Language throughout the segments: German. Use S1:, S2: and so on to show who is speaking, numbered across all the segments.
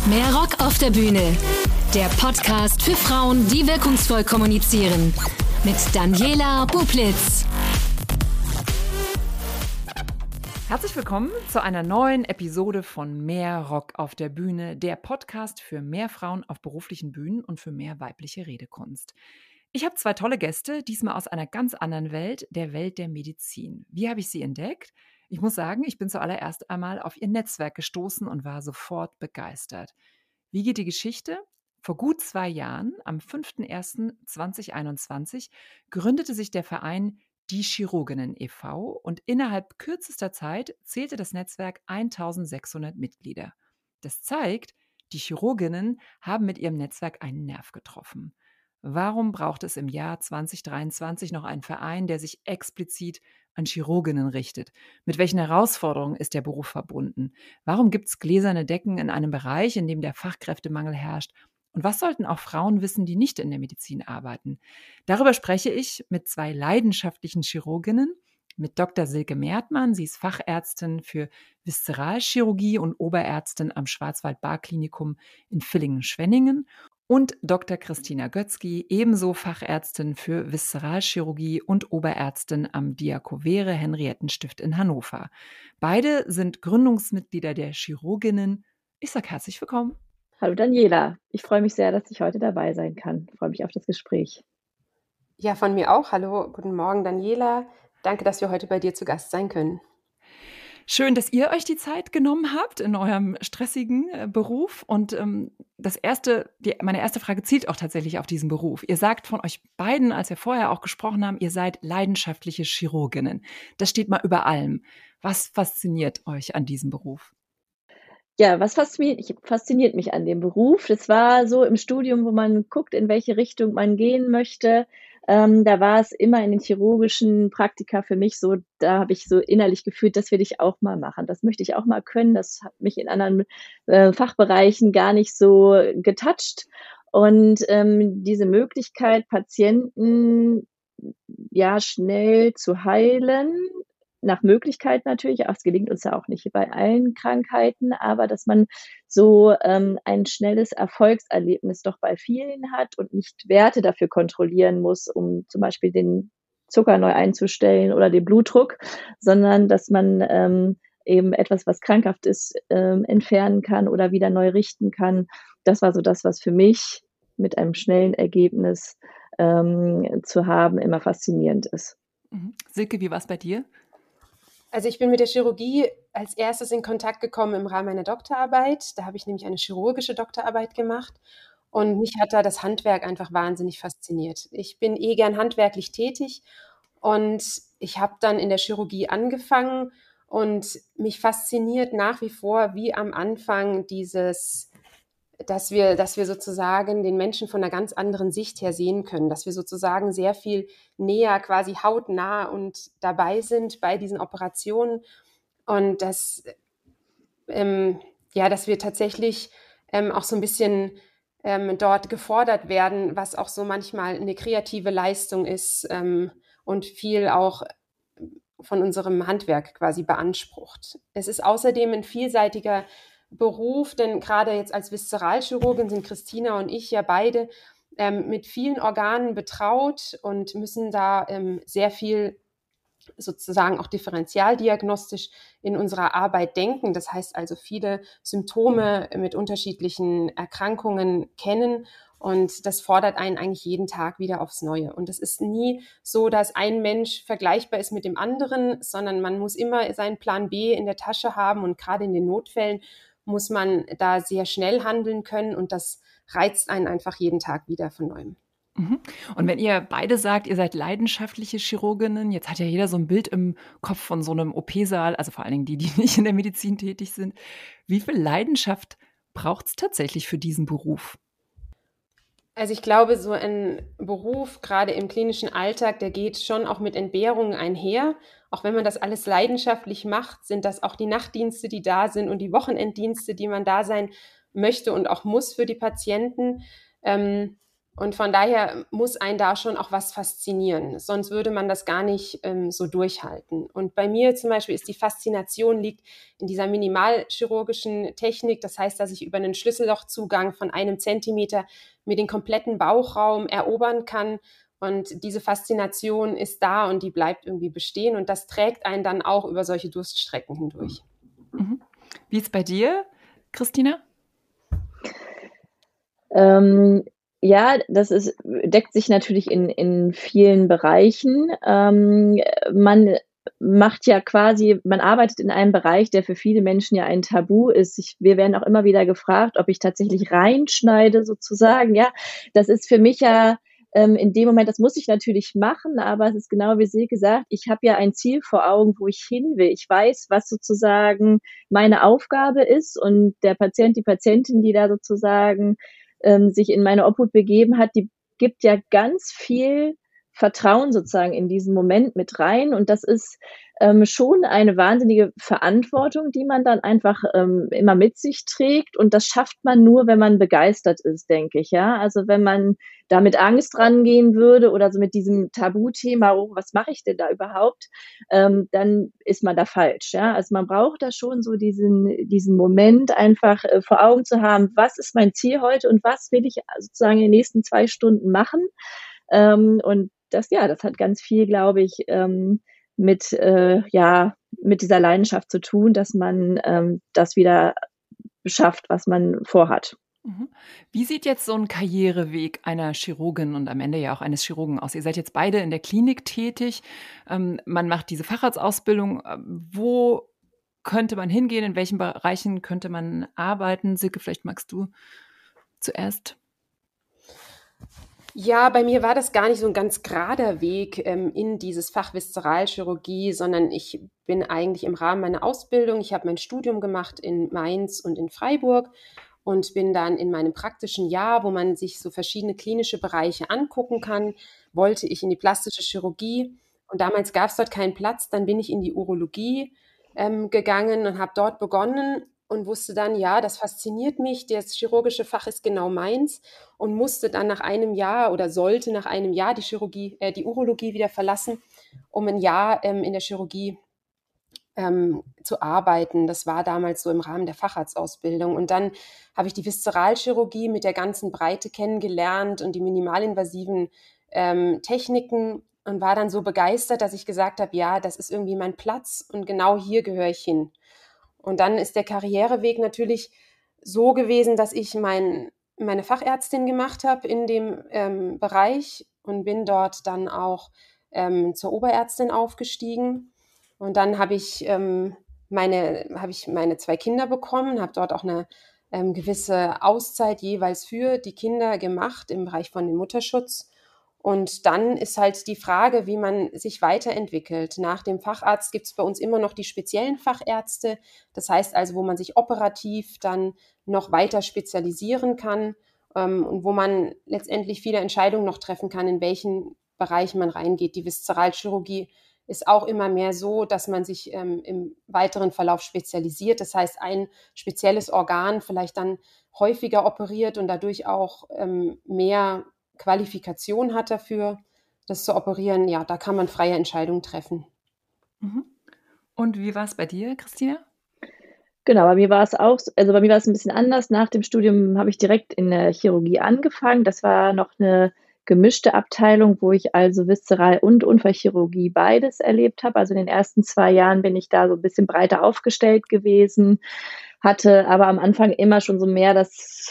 S1: Mehr Rock auf der Bühne. Der Podcast für Frauen, die wirkungsvoll kommunizieren. Mit Daniela Bublitz.
S2: Herzlich willkommen zu einer neuen Episode von Mehr Rock auf der Bühne, der Podcast für mehr Frauen auf beruflichen Bühnen und für mehr weibliche Redekunst. Ich habe zwei tolle Gäste, diesmal aus einer ganz anderen Welt, der Welt der Medizin. Wie habe ich sie entdeckt? Ich muss sagen, ich bin zuallererst einmal auf ihr Netzwerk gestoßen und war sofort begeistert. Wie geht die Geschichte? Vor gut 2 Jahren, am 5.01.2021, gründete sich der Verein Die Chirurginnen e.V. und innerhalb kürzester Zeit zählte das Netzwerk 1600 Mitglieder. Das zeigt, die Chirurginnen haben mit ihrem Netzwerk einen Nerv getroffen. Warum braucht es im Jahr 2023 noch einen Verein, der sich explizit an Chirurginnen richtet? Mit welchen Herausforderungen ist der Beruf verbunden? Warum gibt es gläserne Decken in einem Bereich, in dem der Fachkräftemangel herrscht? Und was sollten auch Frauen wissen, die nicht in der Medizin arbeiten? Darüber spreche ich mit zwei leidenschaftlichen Chirurginnen, mit Dr. Silke Mertmann. Sie ist Fachärztin für Viszeralchirurgie und Oberärztin am Schwarzwald-Baar-Klinikum in Villingen-Schwenningen. Und Dr. Christina Götzky, ebenso Fachärztin für Viszeralchirurgie und Oberärztin am Diakovere-Henriettenstift in Hannover. Beide sind Gründungsmitglieder der Chirurginnen. Ich sage herzlich willkommen.
S3: Hallo Daniela, ich freue mich sehr, dass ich heute dabei sein kann. Ich freue mich auf das Gespräch.
S4: Ja, von mir auch. Hallo, guten Morgen Daniela. Danke, dass wir heute bei dir zu Gast sein können.
S2: Schön, dass ihr euch die Zeit genommen habt in eurem stressigen Beruf. Und meine erste Frage zielt auch tatsächlich auf diesen Beruf. Ihr sagt von euch beiden, als wir vorher auch gesprochen haben, ihr seid leidenschaftliche Chirurginnen. Das steht mal über allem. Was fasziniert euch an diesem Beruf?
S3: Ja, was fasziniert mich an dem Beruf? Das war so im Studium, wo man guckt, in welche Richtung man gehen möchte. Da war es immer in den chirurgischen Praktika für mich so, da habe ich so innerlich gefühlt, das will ich auch mal machen. Das möchte ich auch mal können. Das hat mich in anderen Fachbereichen gar nicht so getoucht. Und diese Möglichkeit, Patienten ja schnell zu heilen, nach Möglichkeit natürlich, auch es gelingt uns ja auch nicht bei allen Krankheiten, aber dass man so ein schnelles Erfolgserlebnis doch bei vielen hat und nicht Werte dafür kontrollieren muss, um zum Beispiel den Zucker neu einzustellen oder den Blutdruck, sondern dass man eben etwas, was krankhaft ist, entfernen kann oder wieder neu richten kann. Das war so das, was für mich mit einem schnellen Ergebnis zu haben immer faszinierend ist.
S2: Silke, wie war es bei dir?
S4: Also ich bin mit der Chirurgie als erstes in Kontakt gekommen im Rahmen meiner Doktorarbeit. Da habe ich nämlich eine chirurgische Doktorarbeit gemacht und mich hat da das Handwerk einfach wahnsinnig fasziniert. Ich bin gern handwerklich tätig und ich habe dann in der Chirurgie angefangen und mich fasziniert nach wie vor, wie am Anfang dass wir sozusagen den Menschen von einer ganz anderen Sicht her sehen können, dass wir sozusagen sehr viel näher, quasi hautnah und dabei sind bei diesen Operationen und dass wir tatsächlich auch so ein bisschen dort gefordert werden, was auch so manchmal eine kreative Leistung ist und viel auch von unserem Handwerk quasi beansprucht. Es ist außerdem ein vielseitiger Beruf, denn gerade jetzt als Viszeralchirurgin sind Christina und ich ja beide mit vielen Organen betraut und müssen da sehr viel sozusagen auch differentialdiagnostisch in unserer Arbeit denken. Das heißt also viele Symptome mit unterschiedlichen Erkrankungen kennen und das fordert einen eigentlich jeden Tag wieder aufs Neue. Und es ist nie so, dass ein Mensch vergleichbar ist mit dem anderen, sondern man muss immer seinen Plan B in der Tasche haben und gerade in den Notfällen muss man da sehr schnell handeln können und das reizt einen einfach jeden Tag wieder von Neuem.
S2: Und wenn ihr beide sagt, ihr seid leidenschaftliche Chirurginnen, jetzt hat ja jeder so ein Bild im Kopf von so einem OP-Saal, also vor allen Dingen die nicht in der Medizin tätig sind. Wie viel Leidenschaft braucht es tatsächlich für diesen Beruf?
S4: Also ich glaube, so ein Beruf, gerade im klinischen Alltag, der geht schon auch mit Entbehrungen einher. Auch wenn man das alles leidenschaftlich macht, sind das auch die Nachtdienste, die da sind und die Wochenenddienste, die man da sein möchte und auch muss für die Patienten. Und von daher muss einen da schon auch was faszinieren. Sonst würde man das gar nicht so durchhalten. Und bei mir zum Beispiel ist die Faszination liegt in dieser minimalchirurgischen Technik. Das heißt, dass ich über einen Schlüssellochzugang von 1 Zentimeter mir den kompletten Bauchraum erobern kann. Und diese Faszination ist da und die bleibt irgendwie bestehen. Und das trägt einen dann auch über solche Durststrecken hindurch.
S2: Mhm. Wie ist es bei dir, Christina?
S3: Ja, deckt sich natürlich in vielen Bereichen. Man macht ja quasi, man arbeitet in einem Bereich, der für viele Menschen ja ein Tabu ist. Wir werden auch immer wieder gefragt, ob ich tatsächlich reinschneide sozusagen. Ja, das ist für mich ja in dem Moment, das muss ich natürlich machen, aber es ist genau wie Silke sagt, ich habe ja ein Ziel vor Augen, wo ich hin will. Ich weiß, was sozusagen meine Aufgabe ist, und der Patient, die Patientin, die da sozusagen sich in meine Obhut begeben hat, die gibt ja ganz viel Vertrauen sozusagen in diesen Moment mit rein, und das ist schon eine wahnsinnige Verantwortung, die man dann einfach immer mit sich trägt, und das schafft man nur, wenn man begeistert ist, denke ich, ja. Also wenn man da mit Angst rangehen würde oder so mit diesem Tabuthema, oh, was mache ich denn da überhaupt, dann ist man da falsch, ja. Also man braucht da schon so diesen Moment einfach vor Augen zu haben, was ist mein Ziel heute und was will ich sozusagen in den nächsten 2 Stunden machen, und das hat ganz viel, glaube ich, mit dieser Leidenschaft zu tun, dass man das wieder schafft, was man vorhat.
S2: Wie sieht jetzt so ein Karriereweg einer Chirurgin und am Ende ja auch eines Chirurgen aus? Ihr seid jetzt beide in der Klinik tätig. Man macht diese Facharztausbildung. Wo könnte man hingehen? In welchen Bereichen könnte man arbeiten? Silke, vielleicht magst du zuerst.
S4: Ja, bei mir war das gar nicht so ein ganz gerader Weg in dieses Fach Viszeralchirurgie, sondern ich bin eigentlich im Rahmen meiner Ausbildung, ich habe mein Studium gemacht in Mainz und in Freiburg und bin dann in meinem praktischen Jahr, wo man sich so verschiedene klinische Bereiche angucken kann, wollte ich in die plastische Chirurgie, und damals gab es dort keinen Platz. Dann bin ich in die Urologie gegangen und habe dort begonnen und wusste dann, ja, das fasziniert mich, das chirurgische Fach ist genau meins, und musste dann nach einem Jahr oder sollte nach einem Jahr die Urologie wieder verlassen, um ein Jahr in der Chirurgie zu arbeiten. Das war damals so im Rahmen der Facharztausbildung. Und dann habe ich die Viszeralchirurgie mit der ganzen Breite kennengelernt und die minimalinvasiven Techniken und war dann so begeistert, dass ich gesagt habe, ja, das ist irgendwie mein Platz und genau hier gehöre ich hin. Und dann ist der Karriereweg natürlich so gewesen, dass ich meine Fachärztin gemacht habe in dem Bereich und bin dort dann auch zur Oberärztin aufgestiegen. Und dann habe ich meine 2 Kinder bekommen, habe dort auch eine gewisse Auszeit jeweils für die Kinder gemacht im Bereich von dem Mutterschutz. Und dann ist halt die Frage, wie man sich weiterentwickelt. Nach dem Facharzt gibt es bei uns immer noch die speziellen Fachärzte. Das heißt also, wo man sich operativ dann noch weiter spezialisieren kann und wo man letztendlich viele Entscheidungen noch treffen kann, in welchen Bereich man reingeht. Die Viszeralchirurgie ist auch immer mehr so, dass man sich im weiteren Verlauf spezialisiert. Das heißt, ein spezielles Organ vielleicht dann häufiger operiert und dadurch auch mehr Qualifikation hat dafür, das zu operieren. Ja, da kann man freie Entscheidungen treffen.
S2: Und wie war es bei dir, Christina?
S3: Genau, bei mir war es ein bisschen anders. Nach dem Studium habe ich direkt in der Chirurgie angefangen. Das war noch eine gemischte Abteilung, wo ich also Viszeral- und Unfallchirurgie beides erlebt habe. Also in den ersten 2 Jahren bin ich da so ein bisschen breiter aufgestellt gewesen, hatte aber am Anfang immer schon so mehr das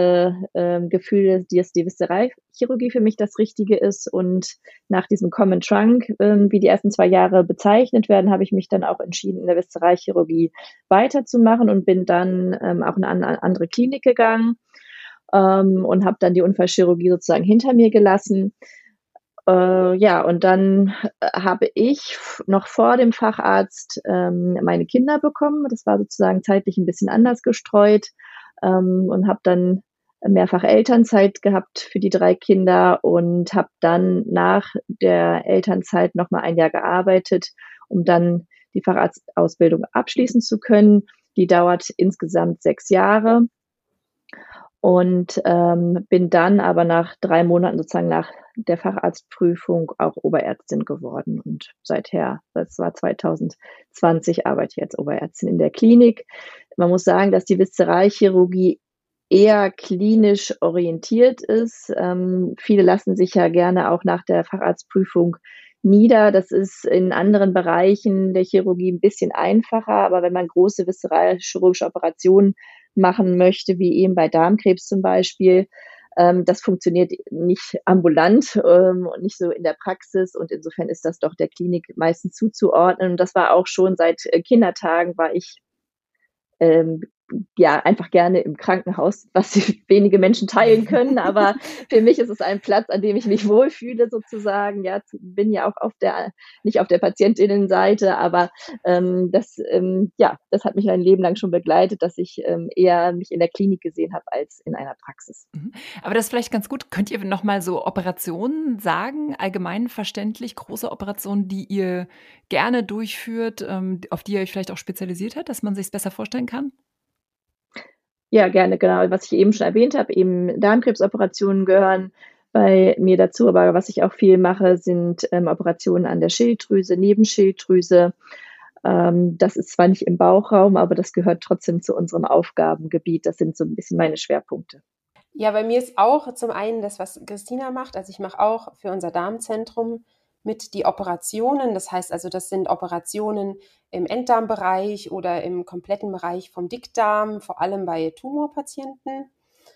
S3: Gefühl, dass die Viszeralchirurgie für mich das Richtige ist. Und nach diesem Common Trunk, wie die ersten 2 Jahre bezeichnet werden, habe ich mich dann auch entschieden, in der Viszeralchirurgie weiterzumachen und bin dann auch in eine andere Klinik gegangen und habe dann die Unfallchirurgie sozusagen hinter mir gelassen. Und dann habe ich noch vor dem Facharzt meine Kinder bekommen. Das war sozusagen zeitlich ein bisschen anders gestreut und habe dann mehrfach Elternzeit gehabt für die 3 Kinder und habe dann nach der Elternzeit noch mal ein Jahr gearbeitet, um dann die Facharztausbildung abschließen zu können. Die dauert insgesamt 6 Jahre. und bin dann aber nach 3 Monaten sozusagen nach der Facharztprüfung auch Oberärztin geworden und seither, das war 2020, arbeite ich als Oberärztin in der Klinik. Man muss sagen, dass die Viszeralchirurgie eher klinisch orientiert ist. Viele lassen sich ja gerne auch nach der Facharztprüfung nieder. Das ist in anderen Bereichen der Chirurgie ein bisschen einfacher, aber wenn man große viszeralchirurgische Operationen machen möchte, wie eben bei Darmkrebs zum Beispiel, das funktioniert nicht ambulant und nicht so in der Praxis, und insofern ist das doch der Klinik meistens zuzuordnen. Und das war auch schon seit Kindertagen, war ich ähm, ja, einfach gerne im Krankenhaus, was wenige Menschen teilen können. Aber für mich ist es ein Platz, an dem ich mich wohlfühle sozusagen. Ja, bin ja auch nicht auf der Patientinnenseite, aber das hat mich ein Leben lang schon begleitet, dass ich eher mich in der Klinik gesehen habe als in einer Praxis.
S2: Aber das ist vielleicht ganz gut. Könnt ihr noch mal so Operationen sagen, allgemein verständlich, große Operationen, die ihr gerne durchführt, auf die ihr euch vielleicht auch spezialisiert habt, dass man sich es besser vorstellen kann?
S3: Ja, gerne, genau. Was ich eben schon erwähnt habe, eben Darmkrebsoperationen gehören bei mir dazu, aber was ich auch viel mache, sind Operationen an der Schilddrüse, Nebenschilddrüse. Das ist zwar nicht im Bauchraum, aber das gehört trotzdem zu unserem Aufgabengebiet. Das sind so ein bisschen meine Schwerpunkte.
S4: Ja, bei mir ist auch zum einen das, was Christina macht. Also ich mache auch für unser Darmzentrum mit die Operationen. Das heißt also, das sind Operationen im Enddarmbereich oder im kompletten Bereich vom Dickdarm, vor allem bei Tumorpatienten.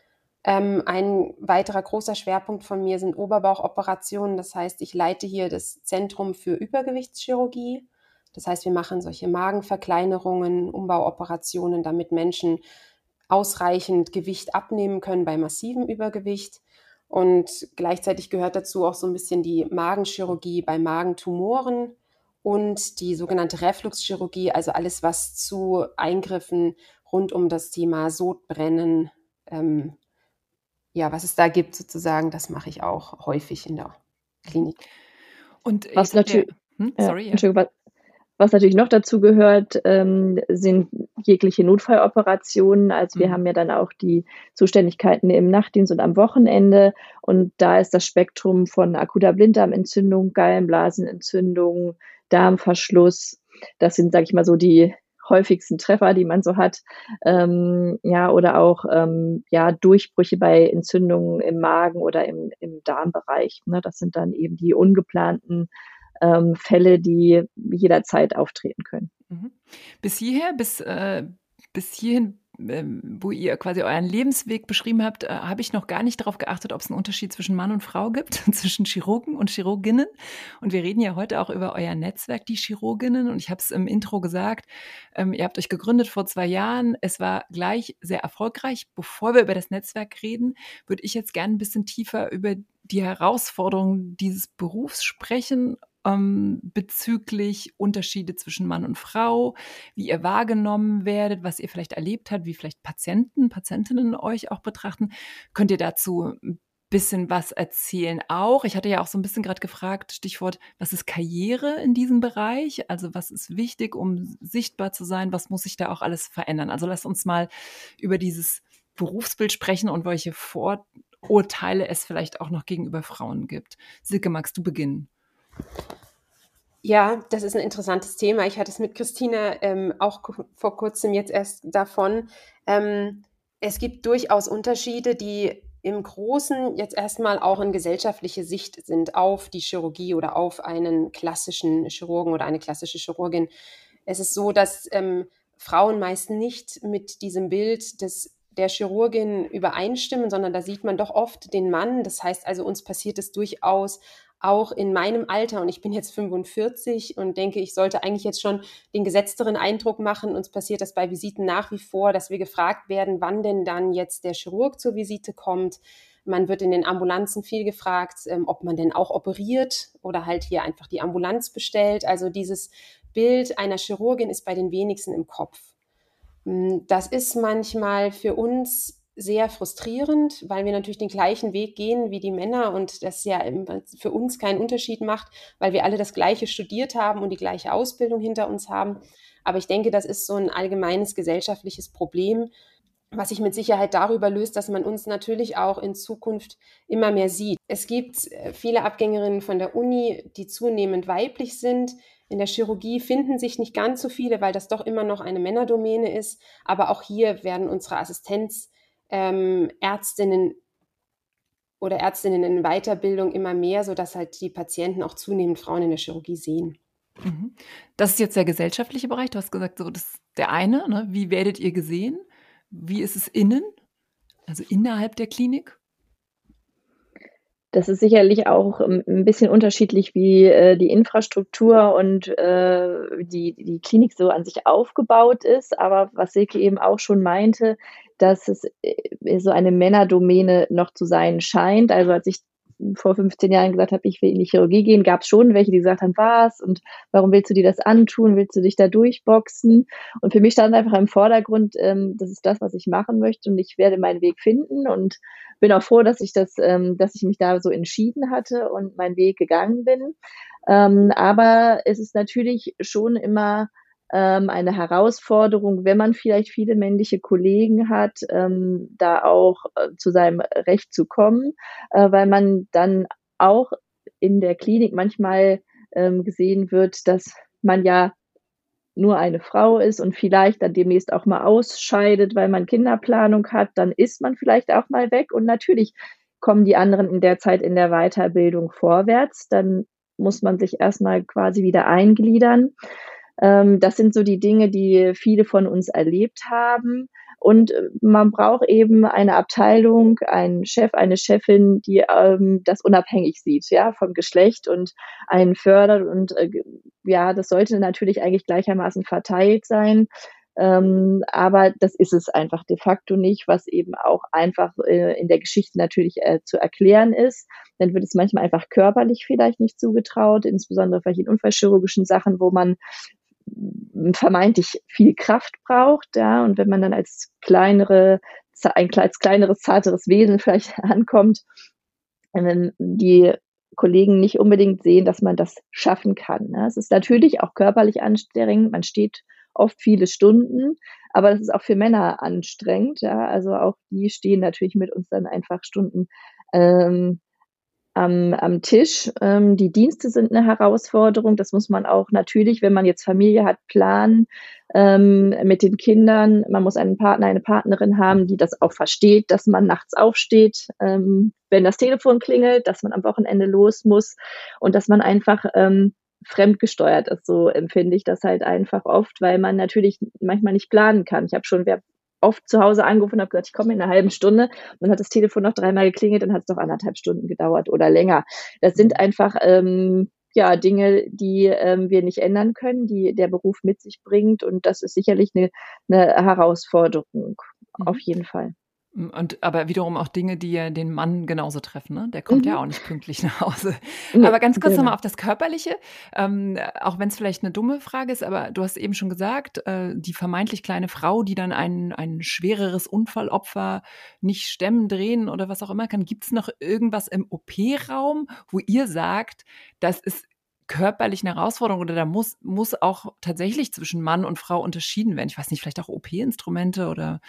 S4: Ein weiterer großer Schwerpunkt von mir sind Oberbauchoperationen. Das heißt, ich leite hier das Zentrum für Übergewichtschirurgie. Das heißt, wir machen solche Magenverkleinerungen, Umbauoperationen, damit Menschen ausreichend Gewicht abnehmen können bei massivem Übergewicht. Und gleichzeitig gehört dazu auch so ein bisschen die Magenchirurgie bei Magentumoren und die sogenannte Refluxchirurgie, also alles, was zu Eingriffen rund um das Thema Sodbrennen, was es da gibt sozusagen, das mache ich auch häufig in der Klinik.
S2: Und
S3: was natürlich, was natürlich noch dazu gehört, sind jegliche Notfalloperationen. Also wir haben ja dann auch die Zuständigkeiten im Nachtdienst und am Wochenende. Und da ist das Spektrum von akuter Blinddarmentzündung, Gallenblasenentzündung, Darmverschluss. Das sind, sage ich mal, so die häufigsten Treffer, die man so hat. Oder auch Durchbrüche bei Entzündungen im Magen oder im Darmbereich. Ne? Das sind dann eben die ungeplanten Fälle, die jederzeit auftreten können.
S2: Bis hierhin, wo ihr quasi euren Lebensweg beschrieben habt, habe ich noch gar nicht darauf geachtet, ob es einen Unterschied zwischen Mann und Frau gibt, zwischen Chirurgen und Chirurginnen. Und wir reden ja heute auch über euer Netzwerk, die Chirurginnen. Und ich habe es im Intro gesagt, ihr habt euch gegründet vor 2 Jahren. Es war gleich sehr erfolgreich. Bevor wir über das Netzwerk reden, würde ich jetzt gerne ein bisschen tiefer über die Herausforderungen dieses Berufs sprechen, bezüglich Unterschiede zwischen Mann und Frau, wie ihr wahrgenommen werdet, was ihr vielleicht erlebt habt, wie vielleicht Patientinnen euch auch betrachten. Könnt ihr dazu ein bisschen was erzählen auch? Ich hatte ja auch so ein bisschen gerade gefragt, Stichwort, was ist Karriere in diesem Bereich? Also was ist wichtig, um sichtbar zu sein? Was muss sich da auch alles verändern? Also lasst uns mal über dieses Berufsbild sprechen und welche Vorurteile es vielleicht auch noch gegenüber Frauen gibt. Silke, magst du beginnen?
S4: Ja, das ist ein interessantes Thema. Ich hatte es mit Christina auch vor kurzem jetzt erst davon. Es gibt durchaus Unterschiede, die im Großen jetzt erstmal auch in gesellschaftliche Sicht sind auf die Chirurgie oder auf einen klassischen Chirurgen oder eine klassische Chirurgin. Es ist so, dass Frauen meist nicht mit diesem Bild der Chirurgin übereinstimmen, sondern da sieht man doch oft den Mann. Das heißt also, uns passiert es durchaus auch in meinem Alter, und ich bin jetzt 45 und denke, ich sollte eigentlich jetzt schon den gesetzteren Eindruck machen. Uns passiert das bei Visiten nach wie vor, dass wir gefragt werden, wann denn dann jetzt der Chirurg zur Visite kommt. Man wird in den Ambulanzen viel gefragt, ob man denn auch operiert oder halt hier einfach die Ambulanz bestellt. Also dieses Bild einer Chirurgin ist bei den wenigsten im Kopf. Das ist manchmal für uns sehr frustrierend, weil wir natürlich den gleichen Weg gehen wie die Männer und das ja für uns keinen Unterschied macht, weil wir alle das Gleiche studiert haben und die gleiche Ausbildung hinter uns haben. Aber ich denke, das ist so ein allgemeines gesellschaftliches Problem, was sich mit Sicherheit darüber löst, dass man uns natürlich auch in Zukunft immer mehr sieht. Es gibt viele Abgängerinnen von der Uni, die zunehmend weiblich sind. In der Chirurgie finden sich nicht ganz so viele, weil das doch immer noch eine Männerdomäne ist. Aber auch hier werden unsere Ärztinnen oder Ärztinnen in Weiterbildung immer mehr, sodass halt die Patienten auch zunehmend Frauen in der Chirurgie sehen.
S2: Das ist jetzt der gesellschaftliche Bereich. Du hast gesagt, so, das ist der eine. Ne? Wie werdet ihr gesehen? Wie ist es innen, also innerhalb der Klinik?
S3: Das ist sicherlich auch ein bisschen unterschiedlich, wie die Infrastruktur und die Klinik so an sich aufgebaut ist. Aber was Silke eben auch schon meinte, dass es so eine Männerdomäne noch zu sein scheint. Also als ich vor 15 Jahren gesagt habe, ich will in die Chirurgie gehen, gab es schon welche, die gesagt haben, was und warum willst du dir das antun? Willst du dich da durchboxen? Und für mich stand einfach im Vordergrund, das ist das, was ich machen möchte und ich werde meinen Weg finden und bin auch froh, dass ich mich da so entschieden hatte und meinen Weg gegangen bin. Aber es ist natürlich schon immer eine Herausforderung, wenn man vielleicht viele männliche Kollegen hat, da auch zu seinem Recht zu kommen, weil man dann auch in der Klinik manchmal gesehen wird, dass man ja nur eine Frau ist und vielleicht dann demnächst auch mal ausscheidet, weil man Kinderplanung hat, dann ist man vielleicht auch mal weg und natürlich kommen die anderen in der Zeit in der Weiterbildung vorwärts, dann muss man sich erstmal quasi wieder eingliedern. Das sind so die Dinge, die viele von uns erlebt haben. Und man braucht eben eine Abteilung, einen Chef, eine Chefin, die das unabhängig sieht, ja, vom Geschlecht und einen fördert. Und ja, das sollte natürlich eigentlich gleichermaßen verteilt sein. Aber das ist es einfach de facto nicht, was eben auch einfach in der Geschichte natürlich zu erklären ist. Dann wird es manchmal einfach körperlich vielleicht nicht zugetraut, insbesondere vielleicht in unfallchirurgischen Sachen, wo man vermeintlich viel Kraft braucht, ja, und wenn man dann als kleineres, zarteres Wesen vielleicht ankommt, die Kollegen nicht unbedingt sehen, dass man das schaffen kann. Ne? Es ist natürlich auch körperlich anstrengend, man steht oft viele Stunden, aber das ist auch für Männer anstrengend, ja, also auch die stehen natürlich mit uns dann einfach Stunden am Tisch. Die Dienste sind eine Herausforderung. Das muss man auch natürlich, wenn man jetzt Familie hat, planen mit den Kindern. Man muss einen Partner, eine Partnerin haben, die das auch versteht, dass man nachts aufsteht, wenn das Telefon klingelt, dass man am Wochenende los muss und dass man einfach fremdgesteuert ist. So empfinde ich das halt einfach oft, weil man natürlich manchmal nicht planen kann. Ich habe schon oft zu Hause angerufen und habe gesagt, ich komme in einer halben Stunde. Und dann hat das Telefon noch 3-mal geklingelt, dann hat es noch 1,5 Stunden gedauert oder länger. Das sind einfach Dinge, die wir nicht ändern können, die der Beruf mit sich bringt. Und das ist sicherlich eine Herausforderung, auf jeden Fall.
S2: Aber wiederum auch Dinge, die ja den Mann genauso treffen. Ne? Der kommt ja auch nicht pünktlich nach Hause.
S3: Nee,
S2: aber ganz kurz
S3: genau.
S2: nochmal auf das Körperliche, auch wenn es vielleicht eine dumme Frage ist, aber du hast eben schon gesagt, die vermeintlich kleine Frau, die dann ein schwereres Unfallopfer nicht stemmen, drehen oder was auch immer kann. Gibt es noch irgendwas im OP-Raum, wo ihr sagt, das ist körperlich eine Herausforderung oder da muss auch tatsächlich zwischen Mann und Frau unterschieden werden? Ich weiß nicht, vielleicht auch OP-Instrumente oder...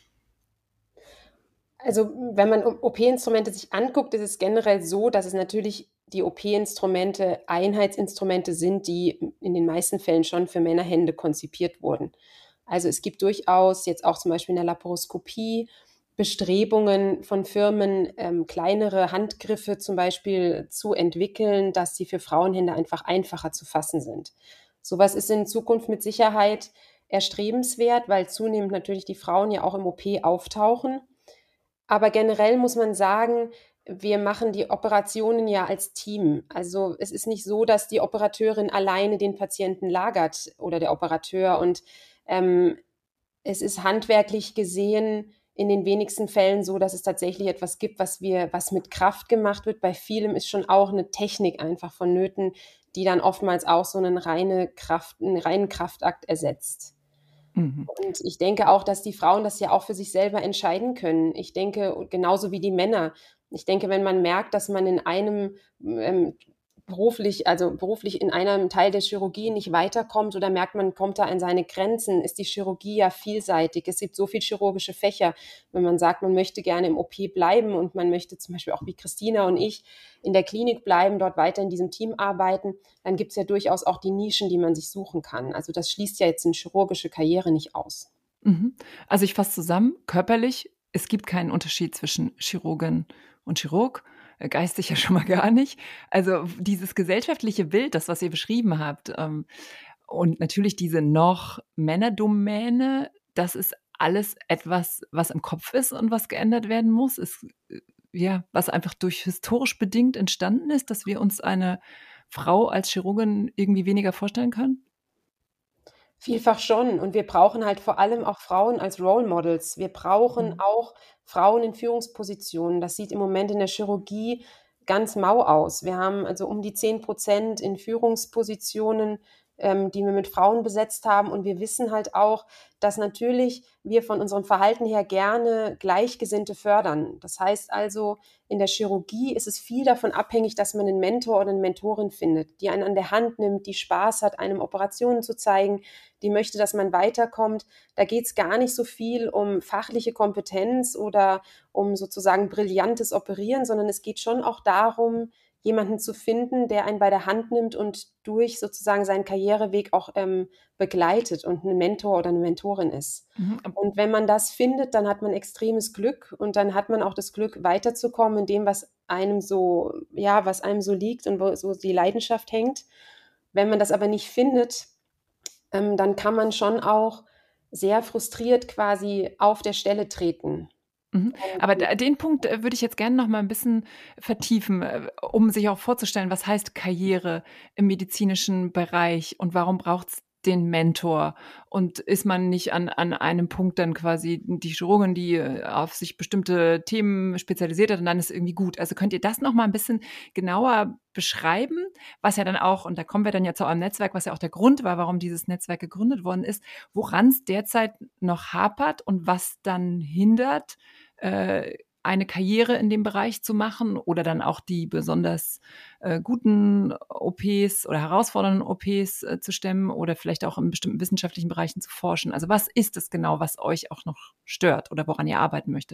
S4: Also wenn man OP-Instrumente sich anguckt, ist es generell so, dass es natürlich die OP-Instrumente Einheitsinstrumente sind, die in den meisten Fällen schon für Männerhände konzipiert wurden. Also es gibt durchaus jetzt auch zum Beispiel in der Laparoskopie Bestrebungen von Firmen, kleinere Handgriffe zum Beispiel zu entwickeln, dass sie für Frauenhände einfach einfacher zu fassen sind. Sowas ist in Zukunft mit Sicherheit erstrebenswert, weil zunehmend natürlich die Frauen ja auch im OP auftauchen. Aber generell muss man sagen, wir machen die Operationen ja als Team. Also es ist nicht so, dass die Operateurin alleine den Patienten lagert oder der Operateur. Und es ist handwerklich gesehen in den wenigsten Fällen so, dass es tatsächlich etwas gibt, was mit Kraft gemacht wird. Bei vielem ist schon auch eine Technik einfach vonnöten, die dann oftmals auch so einen reinen Kraftakt ersetzt.
S2: Mhm.
S4: Und ich denke auch, dass die Frauen das ja auch für sich selber entscheiden können. Ich denke, genauso wie die Männer. Ich denke, wenn man merkt, dass man in einem beruflich in einem Teil der Chirurgie nicht weiterkommt oder merkt, man kommt da an seine Grenzen, ist die Chirurgie ja vielseitig. Es gibt so viele chirurgische Fächer. Wenn man sagt, man möchte gerne im OP bleiben und man möchte zum Beispiel auch wie Christina und ich in der Klinik bleiben, dort weiter in diesem Team arbeiten, dann gibt es ja durchaus auch die Nischen, die man sich suchen kann. Also das schließt ja jetzt eine chirurgische Karriere nicht aus.
S2: Also ich fasse zusammen, körperlich, es gibt keinen Unterschied zwischen Chirurgin und Chirurg, geistig ja schon mal gar nicht. Also dieses gesellschaftliche Bild, das, was ihr beschrieben habt, und natürlich diese noch Männerdomäne, das ist alles etwas, was im Kopf ist und was geändert werden muss, ist was einfach durch historisch bedingt entstanden ist, dass wir uns eine Frau als Chirurgin irgendwie weniger vorstellen können?
S4: Vielfach schon. Und wir brauchen halt vor allem auch Frauen als Role Models. Wir brauchen auch Frauen in Führungspositionen. Das sieht im Moment in der Chirurgie ganz mau aus. Wir haben also um die 10% in Führungspositionen, die wir mit Frauen besetzt haben. Und wir wissen halt auch, dass natürlich wir von unserem Verhalten her gerne Gleichgesinnte fördern. Das heißt also, in der Chirurgie ist es viel davon abhängig, dass man einen Mentor oder eine Mentorin findet, die einen an der Hand nimmt, die Spaß hat, einem Operationen zu zeigen, die möchte, dass man weiterkommt. Da geht es gar nicht so viel um fachliche Kompetenz oder um sozusagen brillantes Operieren, sondern es geht schon auch darum, jemanden zu finden, der einen bei der Hand nimmt und durch sozusagen seinen Karriereweg auch begleitet und ein Mentor oder eine Mentorin ist. Und wenn man das findet, dann hat man extremes Glück und dann hat man auch das Glück, weiterzukommen in dem, was einem so liegt und wo so die Leidenschaft hängt. Wenn man das aber nicht findet, dann kann man schon auch sehr frustriert quasi auf der Stelle treten.
S2: Aber den Punkt würde ich jetzt gerne noch mal ein bisschen vertiefen, um sich auch vorzustellen, was heißt Karriere im medizinischen Bereich und warum braucht es den Mentor? Und ist man nicht an einem Punkt dann quasi die Chirurgin, die auf sich bestimmte Themen spezialisiert hat und dann ist irgendwie gut? Also könnt ihr das noch mal ein bisschen genauer beschreiben, was ja dann auch, und da kommen wir dann ja zu eurem Netzwerk, was ja auch der Grund war, warum dieses Netzwerk gegründet worden ist, woran es derzeit noch hapert und was dann hindert, eine Karriere in dem Bereich zu machen oder dann auch die besonders guten OPs oder herausfordernden OPs zu stemmen oder vielleicht auch in bestimmten wissenschaftlichen Bereichen zu forschen. Also was ist es genau, was euch auch noch stört oder woran ihr arbeiten möchtet?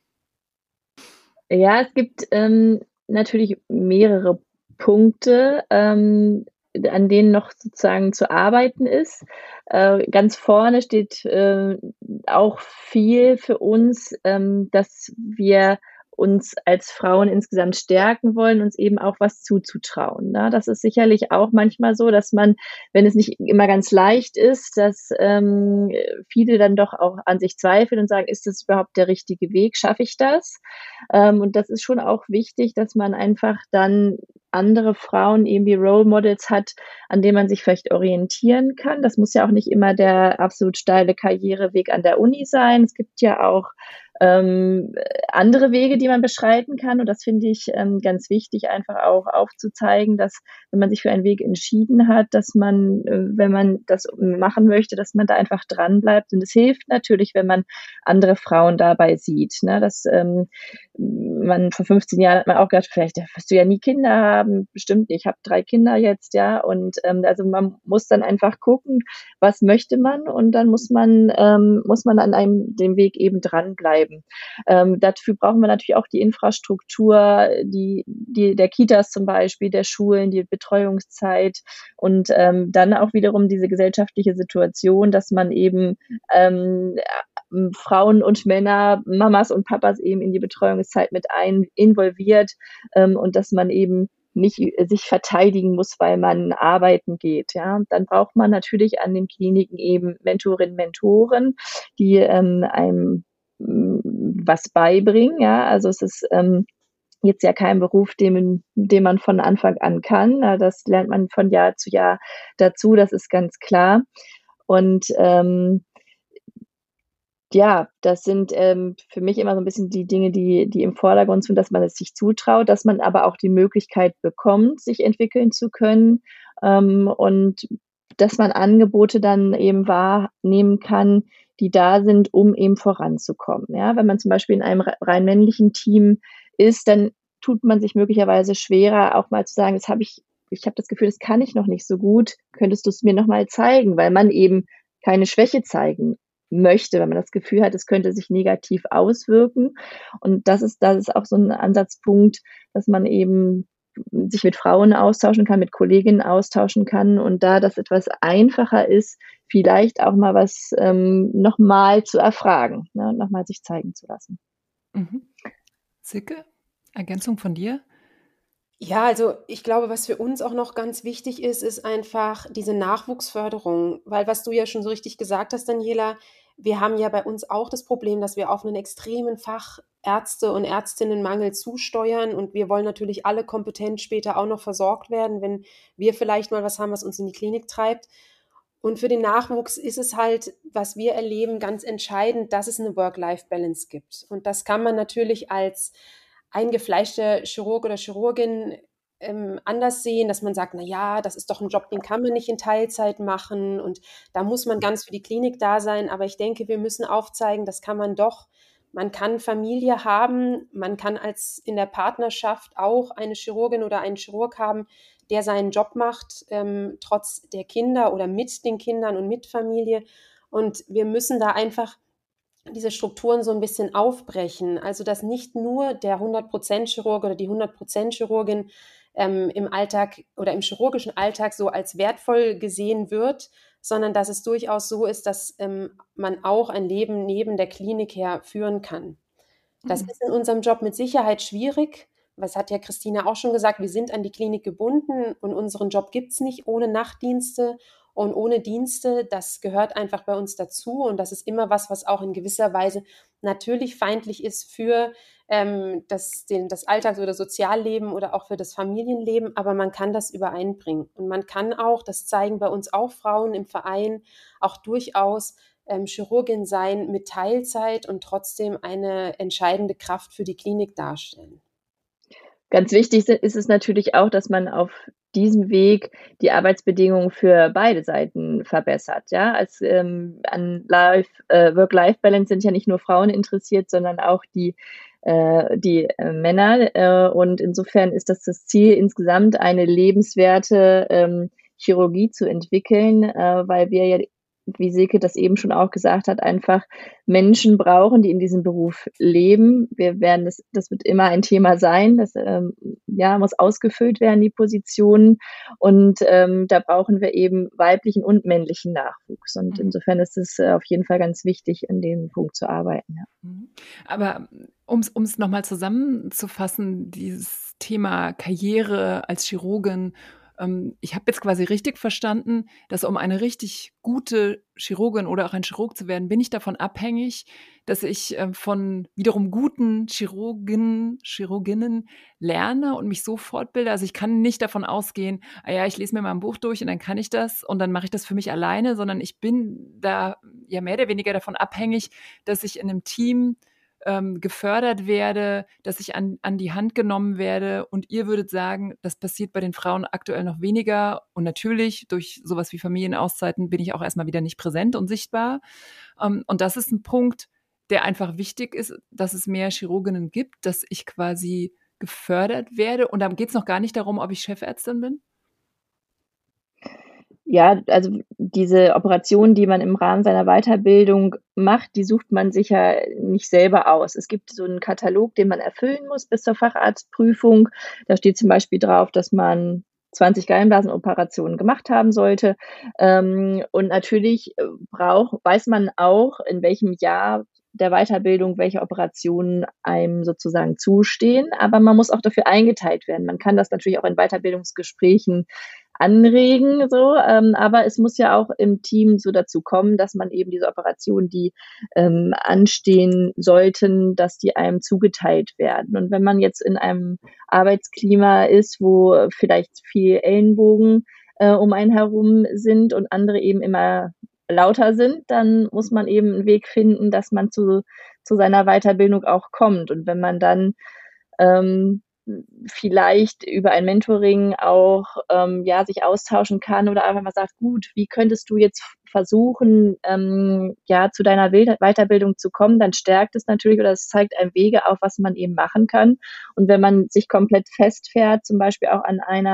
S3: Ja, es gibt natürlich mehrere Punkte, an denen noch sozusagen zu arbeiten ist. Ganz vorne steht auch viel für uns, dass wir uns als Frauen insgesamt stärken wollen, uns eben auch was zuzutrauen. Ne? Das ist sicherlich auch manchmal so, dass man, wenn es nicht immer ganz leicht ist, dass viele dann doch auch an sich zweifeln und sagen, ist das überhaupt der richtige Weg? Schaffe ich das? Und das ist schon auch wichtig, dass man einfach dann andere Frauen eben wie Role Models hat, an denen man sich vielleicht orientieren kann. Das muss ja auch nicht immer der absolut steile Karriereweg an der Uni sein. Es gibt ja auch andere Wege, die man beschreiten kann. Und das finde ich ganz wichtig, einfach auch aufzuzeigen, dass wenn man sich für einen Weg entschieden hat, dass man, wenn man das machen möchte, dass man da einfach dran bleibt. Und es hilft natürlich, wenn man andere Frauen dabei sieht. Ne? Dass man vor 15 Jahren hat man auch gedacht, vielleicht wirst du ja nie Kinder haben. Bestimmt nicht. Ich habe 3 Kinder jetzt, ja. Und also man muss dann einfach gucken, was möchte man, und dann muss man an dem Weg eben dranbleiben. Dafür brauchen wir natürlich auch die Infrastruktur, der Kitas zum Beispiel, der Schulen, die Betreuungszeit und dann auch wiederum diese gesellschaftliche Situation, dass man eben Frauen und Männer, Mamas und Papas eben in die Betreuungszeit mit involviert und dass man eben nicht sich verteidigen muss, weil man arbeiten geht. Ja, dann braucht man natürlich an den Kliniken eben Mentorinnen, Mentoren, die einem was beibringen. Ja, also es ist jetzt ja kein Beruf, den man von Anfang an kann. Das lernt man von Jahr zu Jahr dazu. Das ist ganz klar. Und ja, das sind für mich immer so ein bisschen die Dinge, die im Vordergrund sind, dass man es sich zutraut, dass man aber auch die Möglichkeit bekommt, sich entwickeln zu können und dass man Angebote dann eben wahrnehmen kann, die da sind, um eben voranzukommen. Ja, wenn man zum Beispiel in einem rein männlichen Team ist, dann tut man sich möglicherweise schwerer, auch mal zu sagen, jetzt habe ich ich habe das Gefühl, das kann ich noch nicht so gut, könntest du es mir noch mal zeigen? Weil man eben keine Schwäche zeigen möchte, wenn man das Gefühl hat, es könnte sich negativ auswirken. Und das ist auch so ein Ansatzpunkt, dass man eben sich mit Frauen austauschen kann, mit Kolleginnen austauschen kann und da das etwas einfacher ist, vielleicht auch mal was noch mal zu erfragen, ne, noch mal sich zeigen zu lassen.
S2: Mhm. Silke, Ergänzung von dir?
S4: Ja, also ich glaube, was für uns auch noch ganz wichtig ist, ist einfach diese Nachwuchsförderung, weil was du ja schon so richtig gesagt hast, Daniela, wir haben ja bei uns auch das Problem, dass wir auf einen extremen Fachärzte- und Ärztinnenmangel zusteuern und wir wollen natürlich alle kompetent später auch noch versorgt werden, wenn wir vielleicht mal was haben, was uns in die Klinik treibt. Und für den Nachwuchs ist es halt, was wir erleben, ganz entscheidend, dass es eine Work-Life-Balance gibt. Und das kann man natürlich als eingefleischter Chirurg oder Chirurgin anders sehen, dass man sagt, na ja, das ist doch ein Job, den kann man nicht in Teilzeit machen und da muss man ganz für die Klinik da sein. Aber ich denke, wir müssen aufzeigen, das kann man doch. Man kann Familie haben, man kann als in der Partnerschaft auch eine Chirurgin oder einen Chirurg haben, der seinen Job macht, trotz der Kinder oder mit den Kindern und mit Familie. Und wir müssen da einfach diese Strukturen so ein bisschen aufbrechen. Also, dass nicht nur der 100% Chirurg oder die 100% Chirurgin im Alltag oder im chirurgischen Alltag so als wertvoll gesehen wird, sondern dass es durchaus so ist, dass man auch ein Leben neben der Klinik her führen kann. Das ist in unserem Job mit Sicherheit schwierig. Was hat ja Christina auch schon gesagt, wir sind an die Klinik gebunden und unseren Job gibt es nicht ohne Nachtdienste und ohne Dienste. Das gehört einfach bei uns dazu und das ist immer was auch in gewisser Weise natürlich feindlich ist für das Alltags- oder Sozialleben oder auch für das Familienleben, aber man kann das übereinbringen. Und man kann auch, das zeigen bei uns auch Frauen im Verein, auch durchaus Chirurgin sein mit Teilzeit und trotzdem eine entscheidende Kraft für die Klinik darstellen.
S3: Ganz wichtig ist es natürlich auch, dass man auf diesem Weg die Arbeitsbedingungen für beide Seiten verbessert, ja. An Work-Life-Balance sind ja nicht nur Frauen interessiert, sondern auch die Männer. Und insofern ist das Ziel, insgesamt eine lebenswerte Chirurgie zu entwickeln, weil wir ja, wie Silke das eben schon auch gesagt hat, einfach Menschen brauchen, die in diesem Beruf leben. Das wird immer ein Thema sein. Das muss ausgefüllt werden, die Positionen. Und da brauchen wir eben weiblichen und männlichen Nachwuchs. Und insofern ist es auf jeden Fall ganz wichtig, an dem Punkt zu arbeiten. Ja.
S2: Aber um es nochmal zusammenzufassen, dieses Thema Karriere als Chirurgin, ich habe jetzt quasi richtig verstanden, dass um eine richtig gute Chirurgin oder auch ein Chirurg zu werden, bin ich davon abhängig, dass ich von wiederum guten Chirurginnen lerne und mich so fortbilde. Also ich kann nicht davon ausgehen, ich lese mir mal ein Buch durch und dann kann ich das und dann mache ich das für mich alleine, sondern ich bin da ja mehr oder weniger davon abhängig, dass ich in einem Team gefördert werde, dass ich an die Hand genommen werde und ihr würdet sagen, das passiert bei den Frauen aktuell noch weniger und natürlich durch sowas wie Familienauszeiten bin ich auch erstmal wieder nicht präsent und sichtbar und das ist ein Punkt, der einfach wichtig ist, dass es mehr Chirurginnen gibt, dass ich quasi gefördert werde und dann geht es noch gar nicht darum, ob ich Chefärztin bin?
S3: Ja, also diese Operation, die man im Rahmen seiner Weiterbildung macht, die sucht man sich ja nicht selber aus. Es gibt so einen Katalog, den man erfüllen muss bis zur Facharztprüfung. Da steht zum Beispiel drauf, dass man 20 Gallenblasenoperationen gemacht haben sollte. Und natürlich weiß man auch, in welchem Jahr der Weiterbildung, welche Operationen einem sozusagen zustehen. Aber man muss auch dafür eingeteilt werden. Man kann das natürlich auch in Weiterbildungsgesprächen anregen, aber es muss ja auch im Team so dazu kommen, dass man eben diese Operationen, die anstehen sollten, dass die einem zugeteilt werden. Und wenn man jetzt in einem Arbeitsklima ist, wo vielleicht viel Ellenbogen um einen herum sind und andere eben immer lauter sind, dann muss man eben einen Weg finden, dass man zu seiner Weiterbildung auch kommt. Und wenn man dann vielleicht über ein Mentoring auch sich austauschen kann oder einfach mal sagt, gut, wie könntest du jetzt versuchen, zu deiner Weiterbildung zu kommen, dann stärkt es natürlich oder es zeigt einem Wege auf, was man eben machen kann. Und wenn man sich komplett festfährt, zum Beispiel auch an einer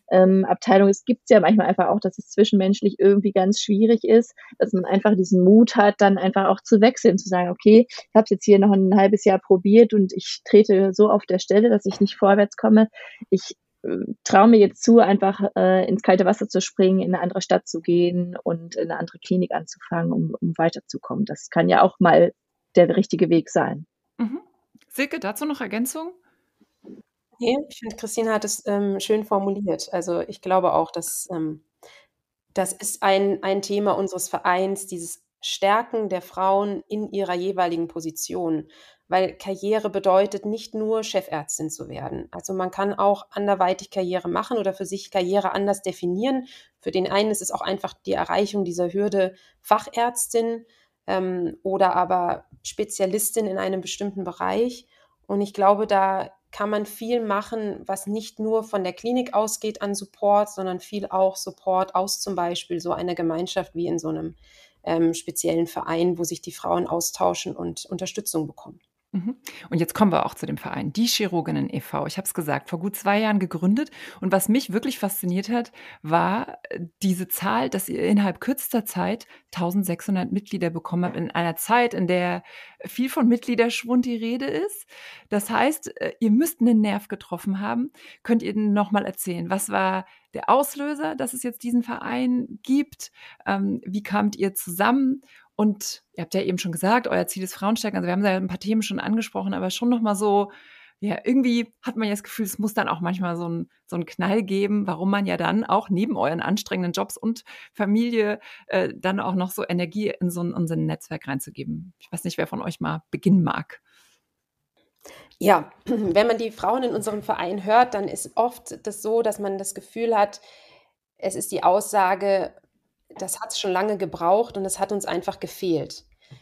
S3: Abteilung. Es gibt ja manchmal einfach auch, dass es zwischenmenschlich irgendwie ganz schwierig ist, dass man einfach diesen Mut hat, dann einfach auch zu wechseln, zu sagen, okay, ich habe es jetzt hier noch ein halbes Jahr probiert und ich trete so auf der Stelle, dass ich nicht vorwärts komme. Ich traue mir jetzt zu, einfach ins kalte Wasser zu springen, in eine andere Stadt zu gehen und in eine andere Klinik anzufangen, um weiterzukommen. Das kann ja auch mal der richtige Weg sein.
S2: Mhm. Silke, dazu noch Ergänzung?
S4: Nee, ich finde, Christine hat es schön formuliert. Also ich glaube auch, dass das ist ein Thema unseres Vereins, dieses Stärken der Frauen in ihrer jeweiligen Position. Weil Karriere bedeutet nicht nur Chefärztin zu werden. Also man kann auch anderweitig Karriere machen oder für sich Karriere anders definieren. Für den einen ist es auch einfach die Erreichung dieser Hürde Fachärztin oder aber Spezialistin in einem bestimmten Bereich. Und ich glaube, da kann man viel machen, was nicht nur von der Klinik ausgeht an Support, sondern viel auch Support aus zum Beispiel so einer Gemeinschaft wie in so einem speziellen Verein, wo sich die Frauen austauschen und Unterstützung bekommen.
S2: Und jetzt kommen wir auch zu dem Verein, die Chirurginnen e.V. Ich habe es gesagt, vor gut 2 Jahren gegründet. Und was mich wirklich fasziniert hat, war diese Zahl, dass ihr innerhalb kürzester Zeit 1600 Mitglieder bekommen habt, in einer Zeit, in der viel von Mitgliederschwund die Rede ist. Das heißt, ihr müsst einen Nerv getroffen haben. Könnt ihr noch mal erzählen, was war der Auslöser, dass es jetzt diesen Verein gibt? Wie kamt ihr zusammen? Und ihr habt ja eben schon gesagt, euer Ziel ist Frauenstärke. Also wir haben da ja ein paar Themen schon angesprochen, aber schon noch mal so, ja, irgendwie hat man ja das Gefühl, es muss dann auch manchmal so einen Knall geben, warum man ja dann auch neben euren anstrengenden Jobs und Familie dann auch noch so Energie in so ein Netzwerk reinzugeben. Ich weiß nicht, wer von euch mal beginnen mag.
S4: Ja, wenn man die Frauen in unserem Verein hört, dann ist oft das so, dass man das Gefühl hat, es ist die Aussage, das hat es schon lange gebraucht und es hat uns einfach gefehlt.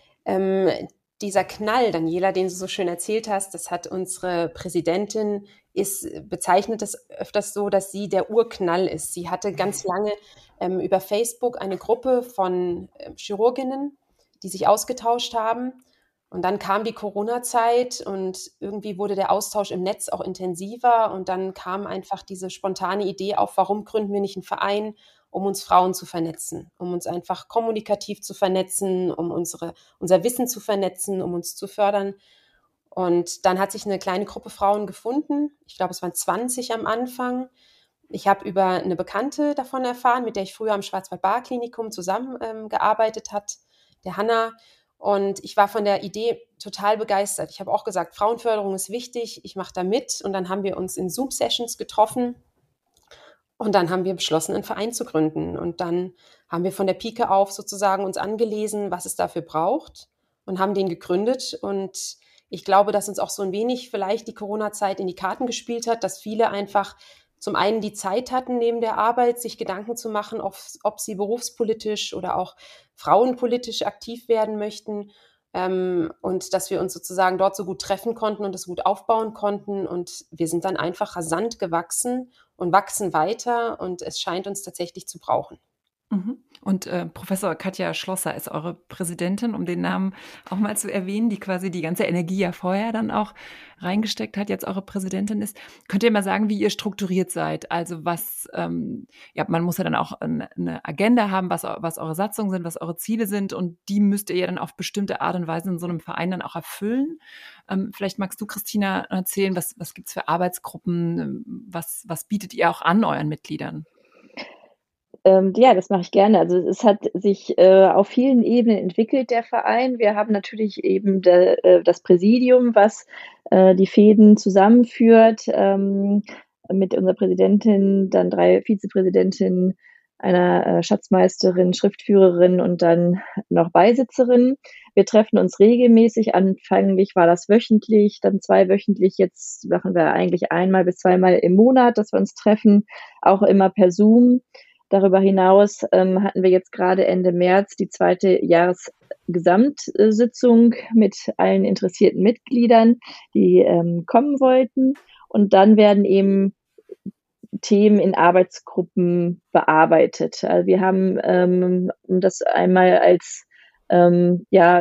S4: Dieser Knall, Daniela, den du so schön erzählt hast, das hat unsere Präsidentin, bezeichnet es öfters so, dass sie der Urknall ist. Sie hatte ganz lange über Facebook eine Gruppe von Chirurginnen, die sich ausgetauscht haben. Und dann kam die Corona-Zeit und irgendwie wurde der Austausch im Netz auch intensiver. Und dann kam einfach diese spontane Idee auf, warum gründen wir nicht einen Verein, um uns Frauen zu vernetzen, um uns einfach kommunikativ zu vernetzen, um unser Wissen zu vernetzen, um uns zu fördern. Und dann hat sich eine kleine Gruppe Frauen gefunden. Ich glaube, es waren 20 am Anfang. Ich habe über eine Bekannte davon erfahren, mit der ich früher am Schwarzwald-Baar-Klinikum zusammengearbeitet hat, der Hanna. Und ich war von der Idee total begeistert. Ich habe auch gesagt, Frauenförderung ist wichtig, ich mache da mit. Und dann haben wir uns in Zoom-Sessions getroffen. Und dann haben wir beschlossen, einen Verein zu gründen. Und dann haben wir von der Pike auf sozusagen uns angelesen, was es dafür braucht und haben den gegründet. Und ich glaube, dass uns auch so ein wenig vielleicht die Corona-Zeit in die Karten gespielt hat, dass viele einfach zum einen die Zeit hatten, neben der Arbeit sich Gedanken zu machen, ob sie berufspolitisch oder auch frauenpolitisch aktiv werden möchten. Und dass wir uns sozusagen dort so gut treffen konnten und es gut aufbauen konnten. Und wir sind dann einfach rasant gewachsen und wachsen weiter. Und es scheint uns tatsächlich zu brauchen.
S2: Und Professor Katja Schlosser ist eure Präsidentin, um den Namen auch mal zu erwähnen, die quasi die ganze Energie ja vorher dann auch reingesteckt hat, jetzt eure Präsidentin ist. Könnt ihr mal sagen, wie ihr strukturiert seid? Also was, man muss ja dann auch eine Agenda haben, was eure Satzungen sind, was eure Ziele sind und die müsst ihr ja dann auf bestimmte Art und Weise in so einem Verein dann auch erfüllen. Vielleicht magst du, Christina, erzählen, was gibt's für Arbeitsgruppen, was bietet ihr auch an euren Mitgliedern?
S3: Ja, das mache ich gerne. Also es hat sich auf vielen Ebenen entwickelt, der Verein. Wir haben natürlich eben das Präsidium, was die Fäden zusammenführt, mit unserer Präsidentin, dann 3 Vizepräsidentinnen, einer Schatzmeisterin, Schriftführerin und dann noch Beisitzerin. Wir treffen uns regelmäßig. Anfänglich war das wöchentlich, dann 2-wöchentlich. Jetzt machen wir eigentlich 1 bis 2-mal im Monat, dass wir uns treffen, auch immer per Zoom. Darüber hinaus hatten wir jetzt gerade Ende März die 2. Jahresgesamtsitzung mit allen interessierten Mitgliedern, die kommen wollten. Und dann werden eben Themen in Arbeitsgruppen bearbeitet. Also wir haben, um das einmal als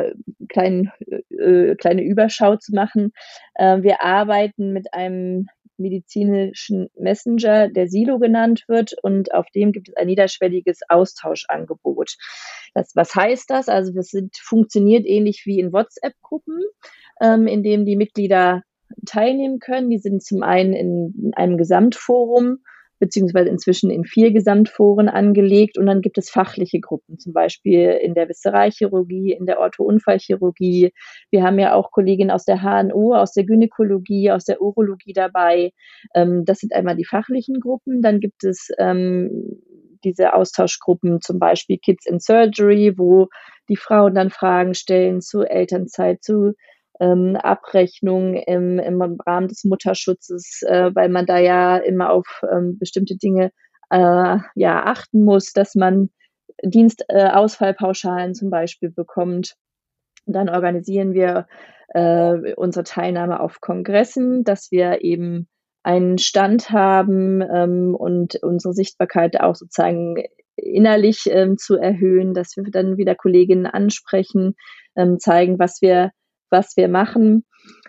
S3: kleine Überschau zu machen, wir arbeiten mit einem medizinischen Messenger, der Silo genannt wird, und auf dem gibt es ein niederschwelliges Austauschangebot. Was heißt das? Also das funktioniert ähnlich wie in WhatsApp-Gruppen, in dem die Mitglieder teilnehmen können. Die sind zum einen in einem Gesamtforum beziehungsweise inzwischen in 4 Gesamtforen angelegt, und dann gibt es fachliche Gruppen, zum Beispiel in der Viszeralchirurgie, in der Orthounfallchirurgie. Wir haben ja auch Kolleginnen aus der HNO, aus der Gynäkologie, aus der Urologie dabei. Das sind einmal die fachlichen Gruppen. Dann gibt es diese Austauschgruppen, zum Beispiel Kids in Surgery, wo die Frauen dann Fragen stellen zu Elternzeit, zu Abrechnung im Rahmen des Mutterschutzes, weil man da ja immer auf bestimmte Dinge achten muss, dass man Dienstausfallpauschalen zum Beispiel bekommt. Und dann organisieren wir unsere Teilnahme auf Kongressen, dass wir eben einen Stand haben und unsere Sichtbarkeit auch sozusagen innerlich zu erhöhen, dass wir dann wieder Kolleginnen ansprechen, zeigen, was wir machen.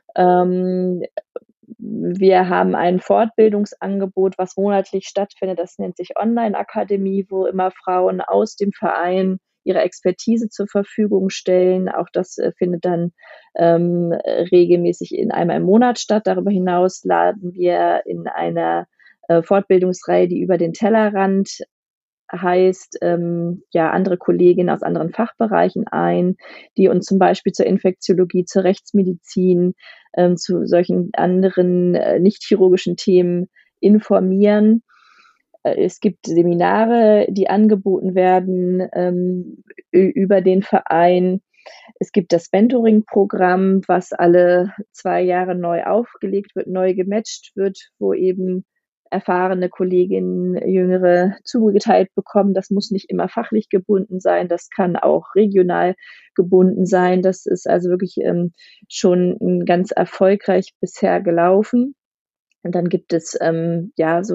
S3: Wir haben ein Fortbildungsangebot, was monatlich stattfindet. Das nennt sich Online-Akademie, wo immer Frauen aus dem Verein ihre Expertise zur Verfügung stellen. Auch das findet dann regelmäßig einmal im Monat statt. Darüber hinaus laden wir in einer Fortbildungsreihe, die über den Tellerrand heißt, andere Kolleginnen aus anderen Fachbereichen ein, die uns zum Beispiel zur Infektiologie, zur Rechtsmedizin, zu solchen anderen nicht chirurgischen Themen informieren. Es gibt Seminare, die angeboten werden über den Verein. Es gibt das Mentoring-Programm, was alle 2 Jahre neu aufgelegt wird, neu gematcht wird, wo eben erfahrene Kolleginnen, Jüngere zugeteilt bekommen. Das muss nicht immer fachlich gebunden sein, das kann auch regional gebunden sein. Das ist also wirklich schon ganz erfolgreich bisher gelaufen. Und dann gibt es so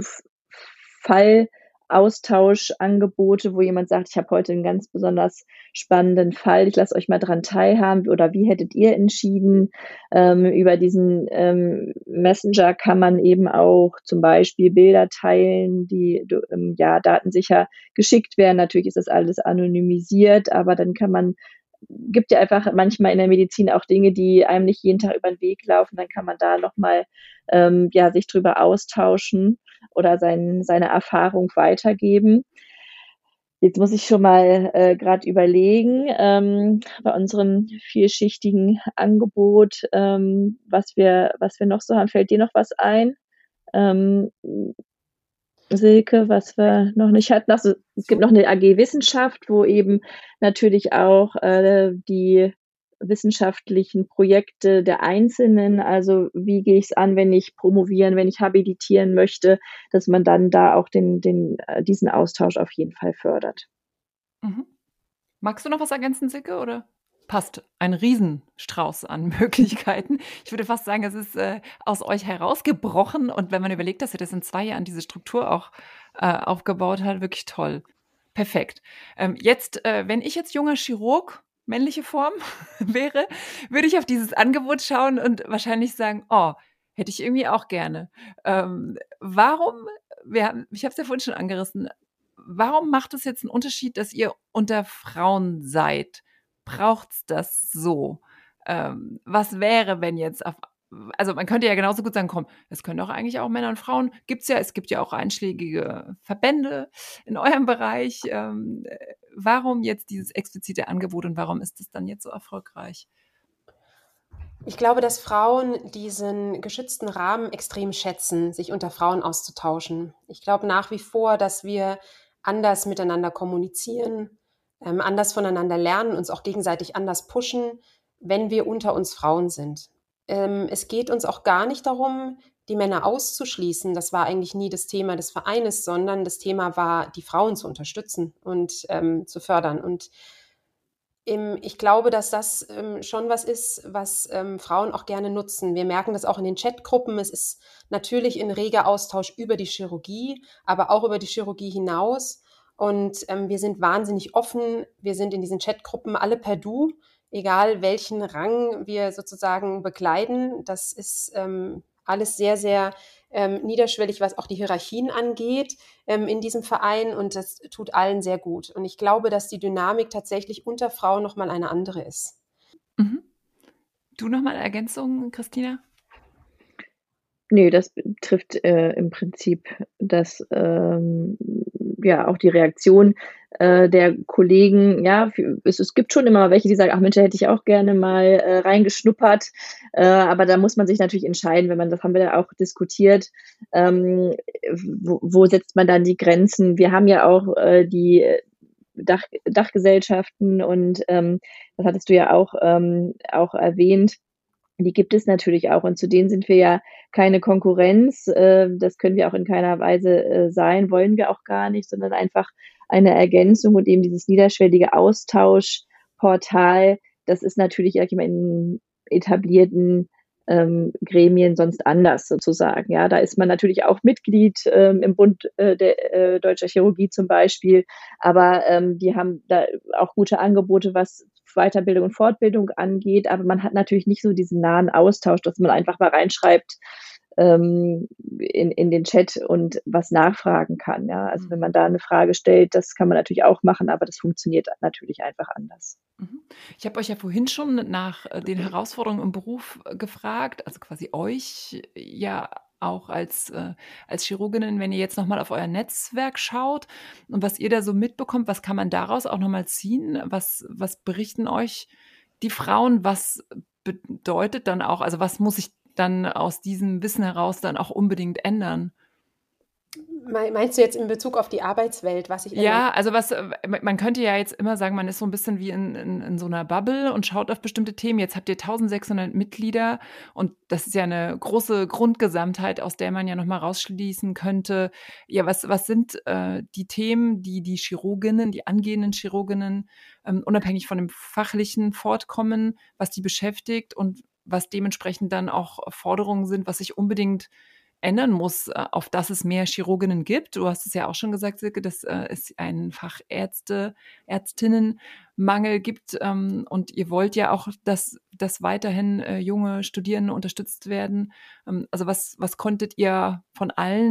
S3: Fallaustauschangebote, wo jemand sagt, ich habe heute einen ganz besonders spannenden Fall, ich lasse euch mal dran teilhaben, oder wie hättet ihr entschieden? Über diesen Messenger kann man eben auch zum Beispiel Bilder teilen, die datensicher geschickt werden. Natürlich ist das alles anonymisiert, aber dann gibt ja einfach manchmal in der Medizin auch Dinge, die einem nicht jeden Tag über den Weg laufen. Dann kann man da nochmal sich drüber austauschen oder seine Erfahrung weitergeben. Jetzt muss ich schon mal gerade überlegen, bei unserem vielschichtigen Angebot, was wir noch so haben. Fällt dir noch was ein? Silke, was wir noch nicht hatten. Also, es gibt noch eine AG Wissenschaft, wo eben natürlich auch die wissenschaftlichen Projekte der Einzelnen, also wie gehe ich es an, wenn ich promovieren, wenn ich habilitieren möchte, dass man dann da auch diesen Austausch auf jeden Fall fördert.
S2: Mhm. Magst du noch was ergänzen, Silke, oder? Passt ein Riesenstrauß an Möglichkeiten. Ich würde fast sagen, es ist aus euch herausgebrochen, und wenn man überlegt, dass ihr das in 2 Jahren diese Struktur auch aufgebaut hat, wirklich toll. Perfekt. Wenn ich jetzt junger Chirurg, männliche Form wäre, würde ich auf dieses Angebot schauen und wahrscheinlich sagen, oh, hätte ich irgendwie auch gerne. Warum, ich habe es ja vorhin schon angerissen, warum macht es jetzt einen Unterschied, dass ihr unter Frauen seid? Braucht's das so? Was wäre, wenn jetzt also man könnte ja genauso gut sagen, komm, es können doch eigentlich auch Männer und Frauen, es gibt ja auch einschlägige Verbände in eurem Bereich. Warum jetzt dieses explizite Angebot und warum ist es dann jetzt so erfolgreich?
S4: Ich glaube, dass Frauen diesen geschützten Rahmen extrem schätzen, sich unter Frauen auszutauschen. Ich glaube nach wie vor, dass wir anders miteinander kommunizieren, anders voneinander lernen, uns auch gegenseitig anders pushen, wenn wir unter uns Frauen sind. Es geht uns auch gar nicht darum, die Männer auszuschließen. Das war eigentlich nie das Thema des Vereines, sondern das Thema war, die Frauen zu unterstützen und zu fördern. Und ich glaube, dass das schon was ist, was Frauen auch gerne nutzen. Wir merken das auch in den Chatgruppen. Es ist natürlich ein reger Austausch über die Chirurgie, aber auch über die Chirurgie hinaus. Und wir sind wahnsinnig offen. Wir sind in diesen Chatgruppen alle per Du, egal welchen Rang wir sozusagen bekleiden. Das ist alles sehr, sehr niederschwellig, was auch die Hierarchien angeht in diesem Verein, und das tut allen sehr gut. Und ich glaube, dass die Dynamik tatsächlich unter Frauen nochmal eine andere ist.
S2: Mhm. Du nochmal Ergänzung, Christina?
S3: Nee, das betrifft im Prinzip das, ja, auch die Reaktion der Kollegen. Ja, es gibt schon immer welche, die sagen, ach Mensch, da hätte ich auch gerne mal reingeschnuppert. Aber da muss man sich natürlich entscheiden, das haben wir ja auch diskutiert, wo setzt man dann die Grenzen? Wir haben ja auch die Dachgesellschaften, und das hattest du ja auch erwähnt. Die gibt es natürlich auch, und zu denen sind wir ja keine Konkurrenz. Das können wir auch in keiner Weise sein, wollen wir auch gar nicht, sondern einfach eine Ergänzung, und eben dieses niederschwellige Austauschportal, das ist natürlich in etablierten Gremien sonst anders sozusagen. Ja, da ist man natürlich auch Mitglied im Bund der Deutscher Chirurgie zum Beispiel, aber die haben da auch gute Angebote, was Weiterbildung und Fortbildung angeht, aber man hat natürlich nicht so diesen nahen Austausch, dass man einfach mal reinschreibt in den Chat und was nachfragen kann. Ja? Also wenn man da eine Frage stellt, das kann man natürlich auch machen, aber das funktioniert natürlich einfach anders.
S2: Ich habe euch ja vorhin schon nach den Herausforderungen im Beruf gefragt, also quasi euch ja auch als Chirurginnen, wenn ihr jetzt nochmal auf euer Netzwerk schaut und was ihr da so mitbekommt, was kann man daraus auch nochmal ziehen? Was berichten euch die Frauen? Was bedeutet dann auch, also was muss ich dann aus diesem Wissen heraus dann auch unbedingt ändern?
S4: Meinst du jetzt in Bezug auf die Arbeitswelt, was ich
S2: Ja, also man könnte ja jetzt immer sagen, man ist so ein bisschen wie in so einer Bubble und schaut auf bestimmte Themen. Jetzt habt ihr 1600 Mitglieder, und das ist ja eine große Grundgesamtheit, aus der man ja nochmal rausschließen könnte. Ja, was sind die Themen, die Chirurginnen, die angehenden Chirurginnen, unabhängig von dem fachlichen Fortkommen, was die beschäftigt und was dementsprechend dann auch Forderungen sind, was sich unbedingt ändern muss, auf dass es mehr Chirurginnen gibt. Du hast es ja auch schon gesagt, Silke, dass es einen Ärztinnenmangel gibt, und ihr wollt ja auch, dass weiterhin junge Studierende unterstützt werden. Also was konntet ihr von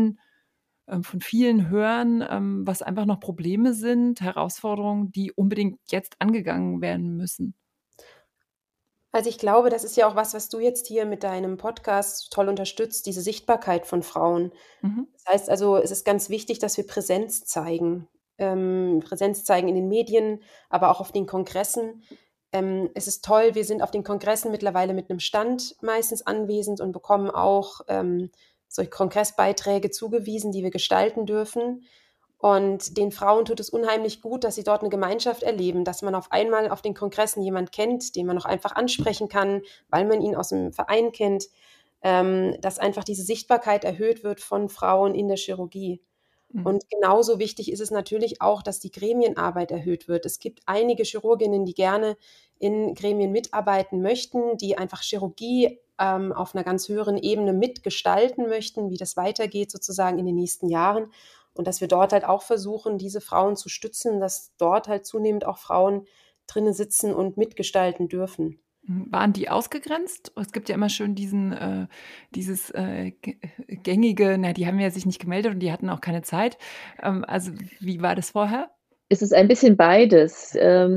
S2: vielen hören, was einfach noch Probleme sind, Herausforderungen, die unbedingt jetzt angegangen werden müssen?
S4: Also ich glaube, das ist ja auch was du jetzt hier mit deinem Podcast toll unterstützt, diese Sichtbarkeit von Frauen. Das heißt also, es ist ganz wichtig, dass wir Präsenz zeigen in den Medien, aber auch auf den Kongressen. Es ist toll, wir sind auf den Kongressen mittlerweile mit einem Stand meistens anwesend und bekommen auch solche Kongressbeiträge zugewiesen, die wir gestalten dürfen. Und den Frauen tut es unheimlich gut, dass sie dort eine Gemeinschaft erleben, dass man auf einmal auf den Kongressen jemand kennt, den man auch einfach ansprechen kann, weil man ihn aus dem Verein kennt, dass einfach diese Sichtbarkeit erhöht wird von Frauen in der Chirurgie. Und genauso wichtig ist es natürlich auch, dass die Gremienarbeit erhöht wird. Es gibt einige Chirurginnen, die gerne in Gremien mitarbeiten möchten, die einfach Chirurgie auf einer ganz höheren Ebene mitgestalten möchten, wie das weitergeht sozusagen in den nächsten Jahren. Und dass wir dort halt auch versuchen, diese Frauen zu stützen, dass dort halt zunehmend auch Frauen drinnen sitzen und mitgestalten dürfen.
S2: Waren die ausgegrenzt? Es gibt ja immer schön dieses gängige, die haben ja sich nicht gemeldet und die hatten auch keine Zeit. Also wie war das vorher?
S3: Es ist ein bisschen beides.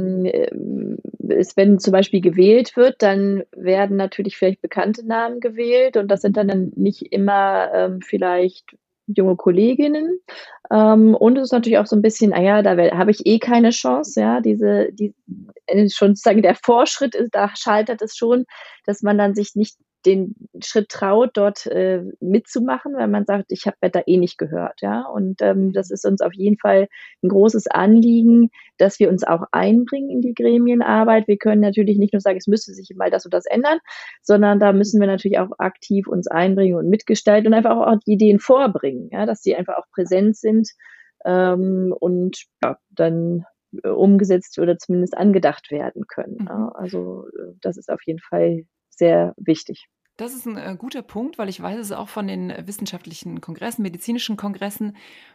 S3: Wenn zum Beispiel gewählt wird, dann werden natürlich vielleicht bekannte Namen gewählt, und das sind dann nicht immer vielleicht junge Kolleginnen. Und es ist natürlich auch so ein bisschen, da habe ich keine Chance, ja, schon sozusagen der Vorschritt ist, da scheitert es schon, dass man dann sich nicht den Schritt traut, dort mitzumachen, weil man sagt, ich habe da nicht gehört, ja. Und das ist uns auf jeden Fall ein großes Anliegen, dass wir uns auch einbringen in die Gremienarbeit. Wir können natürlich nicht nur sagen, es müsste sich mal das und das ändern, sondern da müssen wir natürlich auch aktiv uns einbringen und mitgestalten und einfach auch die Ideen vorbringen, ja, dass die einfach auch präsent sind und ja, dann umgesetzt oder zumindest angedacht werden können. Ja. Also das ist auf jeden Fall sehr wichtig.
S2: Das ist ein guter Punkt, weil ich weiß es auch von den wissenschaftlichen Kongressen, medizinischen Kongressen.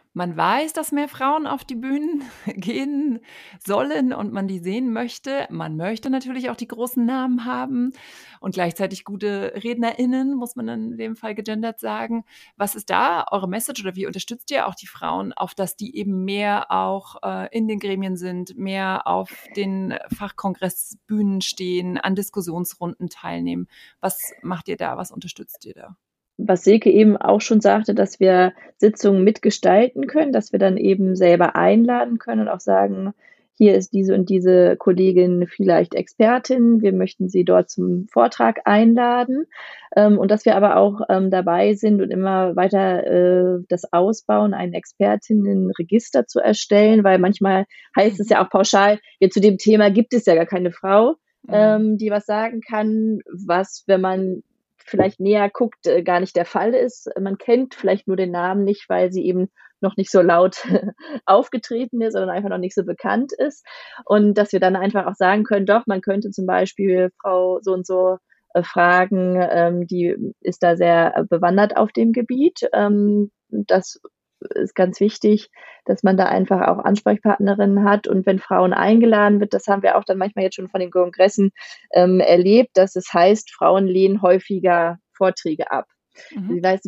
S2: man weiß, dass mehr Frauen auf die Bühnen gehen sollen und man die sehen möchte. Man möchte natürlich auch die großen Namen haben und gleichzeitig gute RednerInnen, muss man in dem Fall gegendert sagen. Was ist da eure Message oder wie unterstützt ihr auch die Frauen, auf dass die eben mehr auch in den Gremien sind, mehr auf den Fachkongressbühnen stehen, an Diskussionsrunden teilnehmen? Was macht ihr da? Was unterstützt ihr da?
S3: Was Silke eben auch schon sagte, dass wir Sitzungen mitgestalten können, dass wir dann eben selber einladen können und auch sagen, hier ist diese und diese Kollegin vielleicht Expertin, wir möchten sie dort zum Vortrag einladen, und dass wir aber auch dabei sind und immer weiter das ausbauen, ein Expertinnenregister zu erstellen, weil manchmal heißt es ja auch pauschal, ja, zu dem Thema gibt es ja gar keine Frau, die was sagen kann, was, wenn man vielleicht näher guckt, gar nicht der Fall ist. Man kennt vielleicht nur den Namen nicht, weil sie eben noch nicht so laut aufgetreten ist oder einfach noch nicht so bekannt ist. Und dass wir dann einfach auch sagen können, doch, man könnte zum Beispiel Frau so und so fragen, die ist da sehr bewandert auf dem Gebiet. Das ist ganz wichtig, dass man da einfach auch Ansprechpartnerinnen hat. Und wenn Frauen eingeladen wird, das haben wir auch dann manchmal jetzt schon von den Kongressen erlebt, dass es heißt, Frauen lehnen häufiger Vorträge ab. Ich weiß,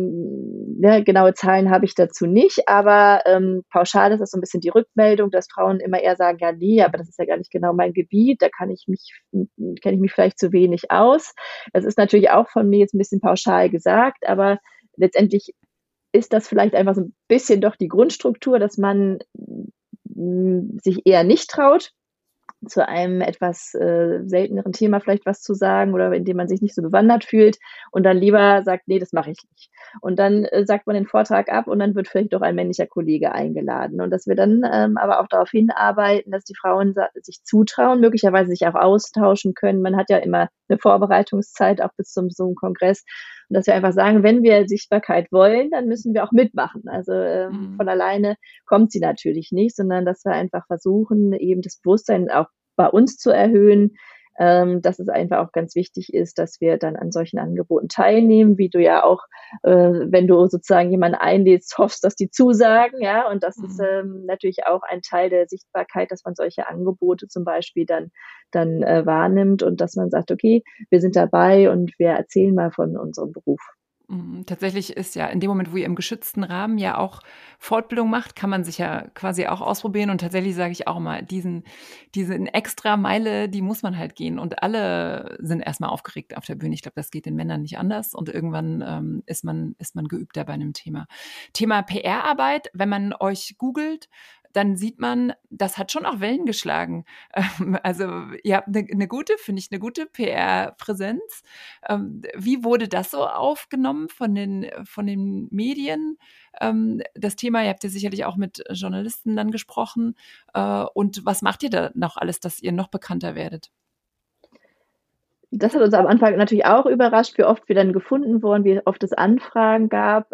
S3: genaue Zahlen habe ich dazu nicht, aber pauschal ist das so ein bisschen die Rückmeldung, dass Frauen immer eher sagen, ja, nee, aber das ist ja gar nicht genau mein Gebiet, da kenne ich mich vielleicht zu wenig aus. Das ist natürlich auch von mir jetzt ein bisschen pauschal gesagt, aber letztendlich ist das vielleicht einfach so ein bisschen doch die Grundstruktur, dass man sich eher nicht traut, zu einem etwas selteneren Thema vielleicht was zu sagen oder in dem man sich nicht so bewandert fühlt und dann lieber sagt, nee, das mache ich nicht. Und dann sagt man den Vortrag ab und dann wird vielleicht doch ein männlicher Kollege eingeladen. Und dass wir dann aber auch darauf hinarbeiten, dass die Frauen sich zutrauen, möglicherweise sich auch austauschen können. Man hat ja immer eine Vorbereitungszeit, auch bis zum so einem Kongress. Und dass wir einfach sagen, wenn wir Sichtbarkeit wollen, dann müssen wir auch mitmachen. Also von alleine kommt sie natürlich nicht, sondern dass wir einfach versuchen, eben das Bewusstsein auch bei uns zu erhöhen, dass es einfach auch ganz wichtig ist, dass wir dann an solchen Angeboten teilnehmen, wie du ja auch, wenn du sozusagen jemanden einlädst, hoffst, dass die zusagen, ja, und das ist natürlich auch ein Teil der Sichtbarkeit, dass man solche Angebote zum Beispiel dann wahrnimmt und dass man sagt, okay, wir sind dabei und wir erzählen mal von unserem Beruf.
S2: Tatsächlich ist ja in dem Moment, wo ihr im geschützten Rahmen ja auch Fortbildung macht, kann man sich ja quasi auch ausprobieren. Und tatsächlich sage ich auch mal, diese extra Meile, die muss man halt gehen. Und alle sind erstmal aufgeregt auf der Bühne. Ich glaube, das geht den Männern nicht anders. Und irgendwann ist man geübter bei einem Thema. Thema PR-Arbeit, wenn man euch googelt, dann sieht man, das hat schon auch Wellen geschlagen. Also ihr habt eine gute PR-Präsenz. Wie wurde das so aufgenommen von den Medien? Das Thema, ihr habt ja sicherlich auch mit Journalisten dann gesprochen. Und was macht ihr da noch alles, dass ihr noch bekannter werdet?
S3: Das hat uns am Anfang natürlich auch überrascht, wie oft wir dann gefunden wurden, wie oft es Anfragen gab,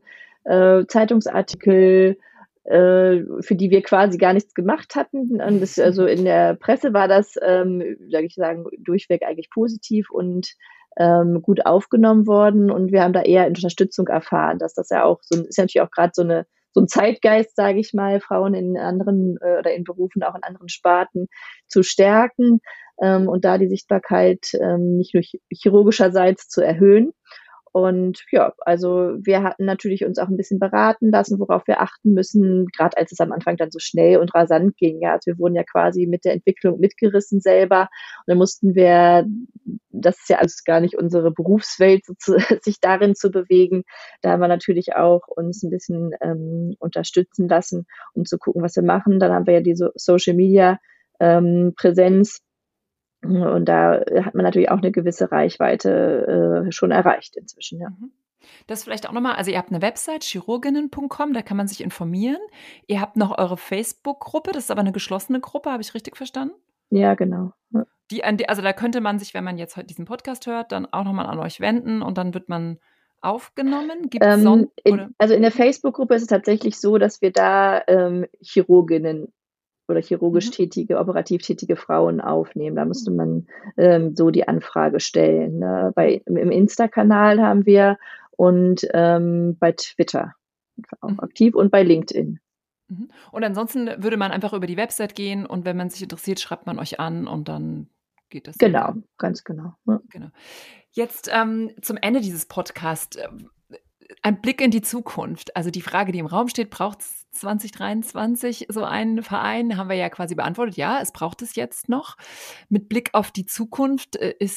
S3: Zeitungsartikel, für die wir quasi gar nichts gemacht hatten. Und also in der Presse war das, sage ich sagen, durchweg eigentlich positiv und gut aufgenommen worden. Und wir haben da eher Unterstützung erfahren, dass das ja auch ist ja natürlich auch gerade so ein Zeitgeist, sage ich mal, Frauen in anderen oder in Berufen, auch in anderen Sparten zu stärken und da die Sichtbarkeit nicht nur chirurgischerseits zu erhöhen. Und ja, also wir hatten natürlich uns auch ein bisschen beraten lassen, worauf wir achten müssen, gerade als es am Anfang dann so schnell und rasant ging. Ja, also wir wurden ja quasi mit der Entwicklung mitgerissen selber. Und dann mussten wir, das ist ja alles gar nicht unsere Berufswelt, sich darin zu bewegen. Da haben wir natürlich auch uns ein bisschen unterstützen lassen, um zu gucken, was wir machen. Dann haben wir ja diese Social Media Präsenz. Und da hat man natürlich auch eine gewisse Reichweite schon erreicht inzwischen, ja.
S2: Das vielleicht auch nochmal, also ihr habt eine Website, chirurginnen.com, da kann man sich informieren. Ihr habt noch eure Facebook-Gruppe, das ist aber eine geschlossene Gruppe, habe ich richtig verstanden?
S3: Ja, genau.
S2: Ja. Also da könnte man sich, wenn man jetzt heute diesen Podcast hört, dann auch nochmal an euch wenden und dann wird man aufgenommen.
S3: Also in der Facebook-Gruppe ist es tatsächlich so, dass wir da Chirurginnen oder chirurgisch tätige, operativ tätige Frauen aufnehmen. Da müsste man so die Anfrage stellen. Ne? Im Insta-Kanal haben wir und bei Twitter. auch aktiv und bei LinkedIn.
S2: Und ansonsten würde man einfach über die Website gehen und wenn man sich interessiert, schreibt man euch an und dann geht das.
S3: Genau, ganz genau. Ja.
S2: Genau. Jetzt zum Ende dieses Podcasts. Ein Blick in die Zukunft. Also die Frage, die im Raum steht, braucht es 2023 so einen Verein? Haben wir ja quasi beantwortet. Ja, es braucht es jetzt noch. Mit Blick auf die Zukunft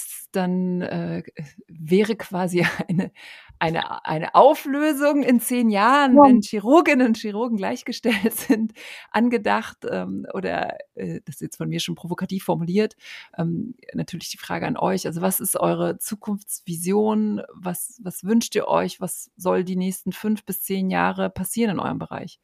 S2: wäre quasi eine Auflösung in 10 Jahren, wenn Chirurginnen und Chirurgen gleichgestellt sind, angedacht oder das ist jetzt von mir schon provokativ formuliert. Natürlich die Frage an euch. Also was ist eure Zukunftsvision? Was wünscht ihr euch? Was soll die nächsten 5 bis 10 Jahre passieren in eurem Bereich?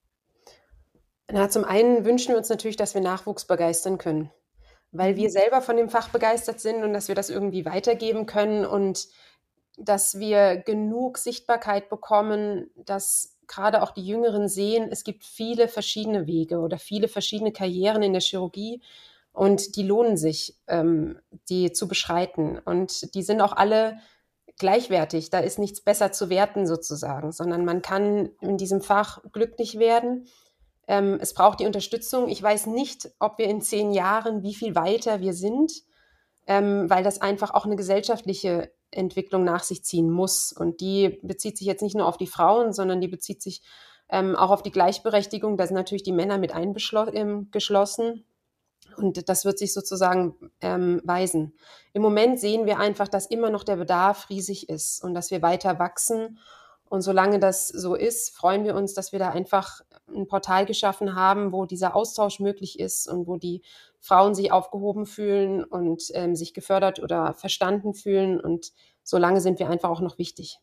S4: Na, zum einen wünschen wir uns natürlich, dass wir Nachwuchs begeistern können, weil wir selber von dem Fach begeistert sind und dass wir das irgendwie weitergeben können und dass wir genug Sichtbarkeit bekommen, dass gerade auch die Jüngeren sehen, es gibt viele verschiedene Wege oder viele verschiedene Karrieren in der Chirurgie und die lohnen sich, die zu beschreiten. Und die sind auch alle gleichwertig. Da ist nichts besser zu werten sozusagen, sondern man kann in diesem Fach glücklich werden. Es braucht die Unterstützung. Ich weiß nicht, ob wir in 10 Jahren, wie viel weiter wir sind, weil das einfach auch eine gesellschaftliche Entwicklung nach sich ziehen muss. Und die bezieht sich jetzt nicht nur auf die Frauen, sondern die bezieht sich auch auf die Gleichberechtigung. Da sind natürlich die Männer mit eingeschlossen. Und das wird sich sozusagen weisen. Im Moment sehen wir einfach, dass immer noch der Bedarf riesig ist und dass wir weiter wachsen. Und solange das so ist, freuen wir uns, dass wir da einfach ein Portal geschaffen haben, wo dieser Austausch möglich ist und wo die Frauen sich aufgehoben fühlen und sich gefördert oder verstanden fühlen. Und solange sind wir einfach auch noch wichtig.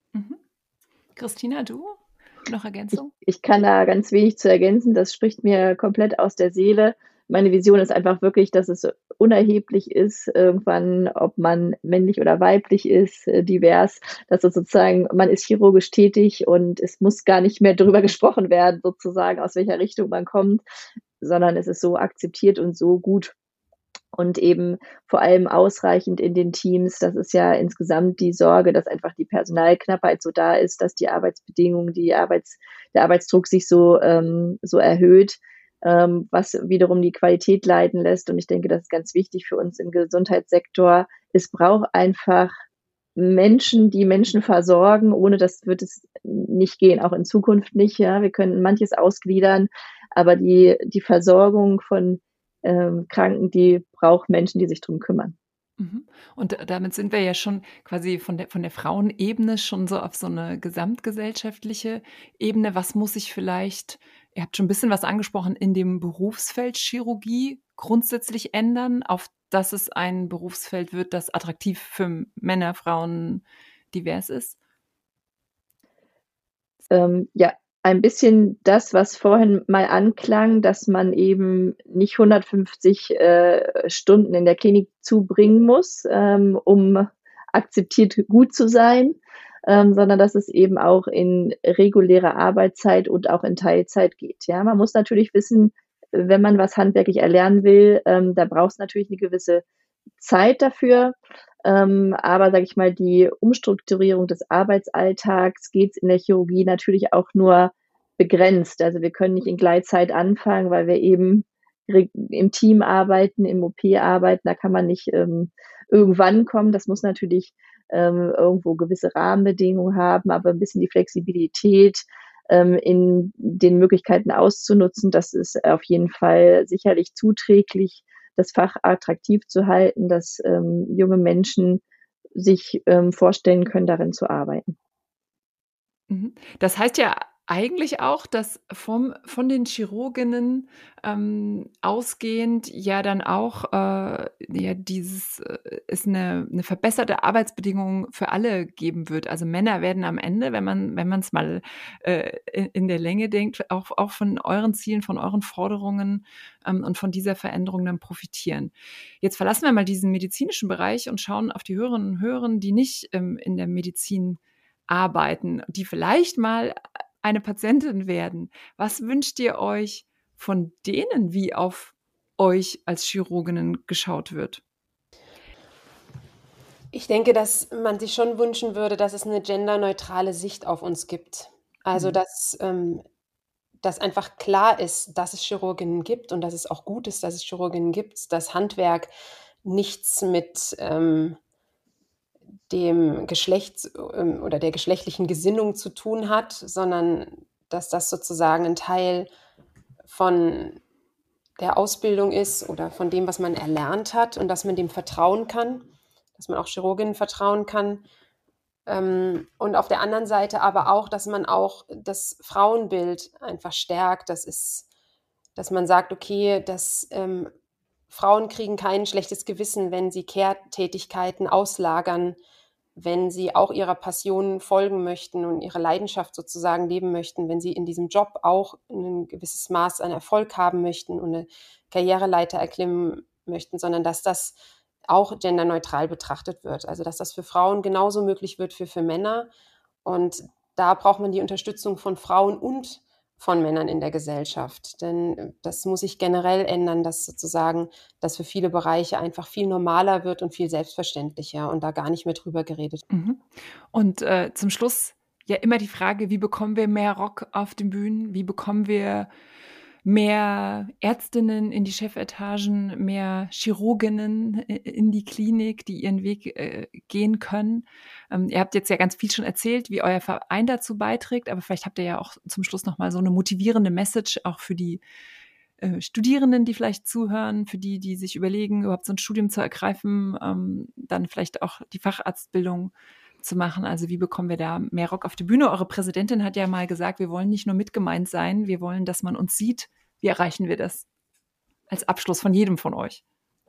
S2: Christina, du? Noch Ergänzung?
S3: Ich kann da ganz wenig zu ergänzen. Das spricht mir komplett aus der Seele. Meine Vision ist einfach wirklich, dass es unerheblich ist, irgendwann, ob man männlich oder weiblich ist, divers, dass es sozusagen, man ist chirurgisch tätig und es muss gar nicht mehr darüber gesprochen werden, sozusagen, aus welcher Richtung man kommt, sondern es ist so akzeptiert und so gut und eben vor allem ausreichend in den Teams. Das ist ja insgesamt die Sorge, dass einfach die Personalknappheit so da ist, dass die Arbeitsbedingungen, der Arbeitsdruck sich so erhöht, was wiederum die Qualität leiden lässt. Und ich denke, das ist ganz wichtig für uns im Gesundheitssektor. Es braucht einfach Menschen, die Menschen versorgen. Ohne das wird es nicht gehen, auch in Zukunft nicht. Ja, wir können manches ausgliedern, aber die Versorgung von Kranken, die braucht Menschen, die sich drum kümmern.
S2: Und damit sind wir ja schon quasi von der Frauenebene schon so auf so eine gesamtgesellschaftliche Ebene. Was muss sich vielleicht, ihr habt schon ein bisschen was angesprochen, in dem Berufsfeld Chirurgie grundsätzlich ändern, auf dass es ein Berufsfeld wird, das attraktiv für Männer, Frauen divers ist?
S3: Ja, ein bisschen das, was vorhin mal anklang, dass man eben nicht 150 Stunden in der Klinik zubringen muss, um akzeptiert gut zu sein, sondern dass es eben auch in regulärer Arbeitszeit und auch in Teilzeit geht. Ja, man muss natürlich wissen, wenn man was handwerklich erlernen will, da braucht es natürlich eine gewisse Zeit dafür. Aber sage ich mal, die Umstrukturierung des Arbeitsalltags geht es in der Chirurgie natürlich auch nur begrenzt. Also wir können nicht in Gleitzeit anfangen, weil wir eben im Team arbeiten, im OP arbeiten. Da kann man nicht irgendwann kommen. Das muss natürlich irgendwo gewisse Rahmenbedingungen haben, aber ein bisschen die Flexibilität in den Möglichkeiten auszunutzen, das ist auf jeden Fall sicherlich zuträglich, das Fach attraktiv zu halten, dass junge Menschen sich vorstellen können, darin zu arbeiten.
S2: Das heißt ja eigentlich auch, dass von den Chirurginnen ausgehend ja dann auch es eine verbesserte Arbeitsbedingung für alle geben wird. Also Männer werden am Ende, wenn man es mal in der Länge denkt, auch von euren Zielen, von euren Forderungen und von dieser Veränderung dann profitieren. Jetzt verlassen wir mal diesen medizinischen Bereich und schauen auf die Hörerinnen und Hörer, die nicht in der Medizin arbeiten, die vielleicht mal eine Patientin werden. Was wünscht ihr euch von denen, wie auf euch als Chirurginnen geschaut wird?
S4: Ich denke, dass man sich schon wünschen würde, dass es eine genderneutrale Sicht auf uns gibt. Also, dass einfach klar ist, dass es Chirurginnen gibt und dass es auch gut ist, dass es Chirurginnen gibt, dass Handwerk nichts mit dem Geschlechts oder der geschlechtlichen Gesinnung zu tun hat, sondern dass das sozusagen ein Teil von der Ausbildung ist oder von dem, was man erlernt hat und dass man dem vertrauen kann, dass man auch Chirurginnen vertrauen kann. Und auf der anderen Seite aber auch, dass man auch das Frauenbild einfach stärkt. Das ist, dass man sagt, okay, dass Frauen kriegen kein schlechtes Gewissen, wenn sie Care-Tätigkeiten auslagern, wenn sie auch ihrer Passion folgen möchten und ihre Leidenschaft sozusagen leben möchten, wenn sie in diesem Job auch ein gewisses Maß an Erfolg haben möchten und eine Karriereleiter erklimmen möchten, sondern dass das auch genderneutral betrachtet wird. Also dass das für Frauen genauso möglich wird wie für Männer. Und da braucht man die Unterstützung von Frauen und von Männern in der Gesellschaft. Denn das muss sich generell ändern, dass sozusagen das für viele Bereiche einfach viel normaler wird und viel selbstverständlicher und da gar nicht mehr drüber geredet.
S2: Und zum Schluss ja immer die Frage, wie bekommen wir mehr Rock auf den Bühnen? Wie bekommen wir mehr Ärztinnen in die Chefetagen, mehr Chirurginnen in die Klinik, die ihren Weg gehen können? Ihr habt jetzt ja ganz viel schon erzählt, wie euer Verein dazu beiträgt, aber vielleicht habt ihr ja auch zum Schluss nochmal so eine motivierende Message auch für die Studierenden, die vielleicht zuhören, für die, die sich überlegen, überhaupt so ein Studium zu ergreifen, dann vielleicht auch die Facharztbildung zu machen. Also wie bekommen wir da mehr Rock auf die Bühne? Eure Präsidentin hat ja mal gesagt, wir wollen nicht nur mitgemeint sein, wir wollen, dass man uns sieht. Wie erreichen wir das? Als Abschluss von jedem von euch.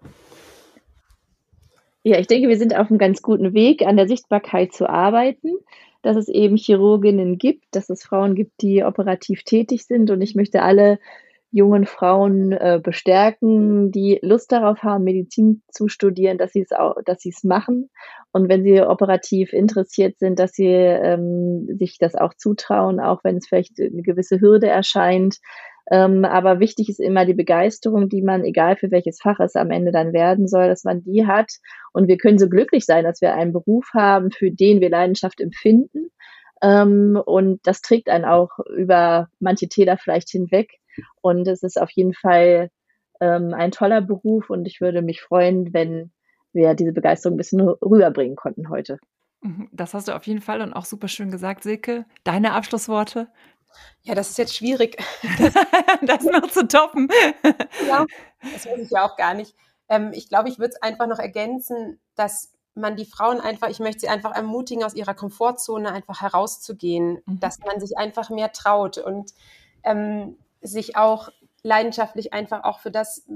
S3: Ja, ich denke, wir sind auf einem ganz guten Weg, an der Sichtbarkeit zu arbeiten, dass es eben Chirurginnen gibt, dass es Frauen gibt, die operativ tätig sind. Und ich möchte alle jungen Frauen bestärken, die Lust darauf haben, Medizin zu studieren, dass sie es machen. Und wenn sie operativ interessiert sind, dass sie sich das auch zutrauen, auch wenn es vielleicht eine gewisse Hürde erscheint. Aber wichtig ist immer die Begeisterung, die man, egal für welches Fach es am Ende dann werden soll, dass man die hat. Und wir können so glücklich sein, dass wir einen Beruf haben, für den wir Leidenschaft empfinden. Und das trägt einen auch über manche Täler vielleicht hinweg. Und es ist auf jeden Fall ein toller Beruf. Und ich würde mich freuen, wenn wir diese Begeisterung ein bisschen rüberbringen konnten heute.
S2: Das hast du auf jeden Fall und auch super schön gesagt, Silke. Deine Abschlussworte?
S4: Ja, das ist jetzt schwierig.
S2: Das noch zu toppen.
S4: Ja, das weiß ich ja auch gar nicht. Ich glaube, ich würde es einfach noch ergänzen, dass man die Frauen einfach, ich möchte sie einfach ermutigen, aus ihrer Komfortzone einfach herauszugehen, dass man sich einfach mehr traut und sich auch leidenschaftlich einfach auch für das,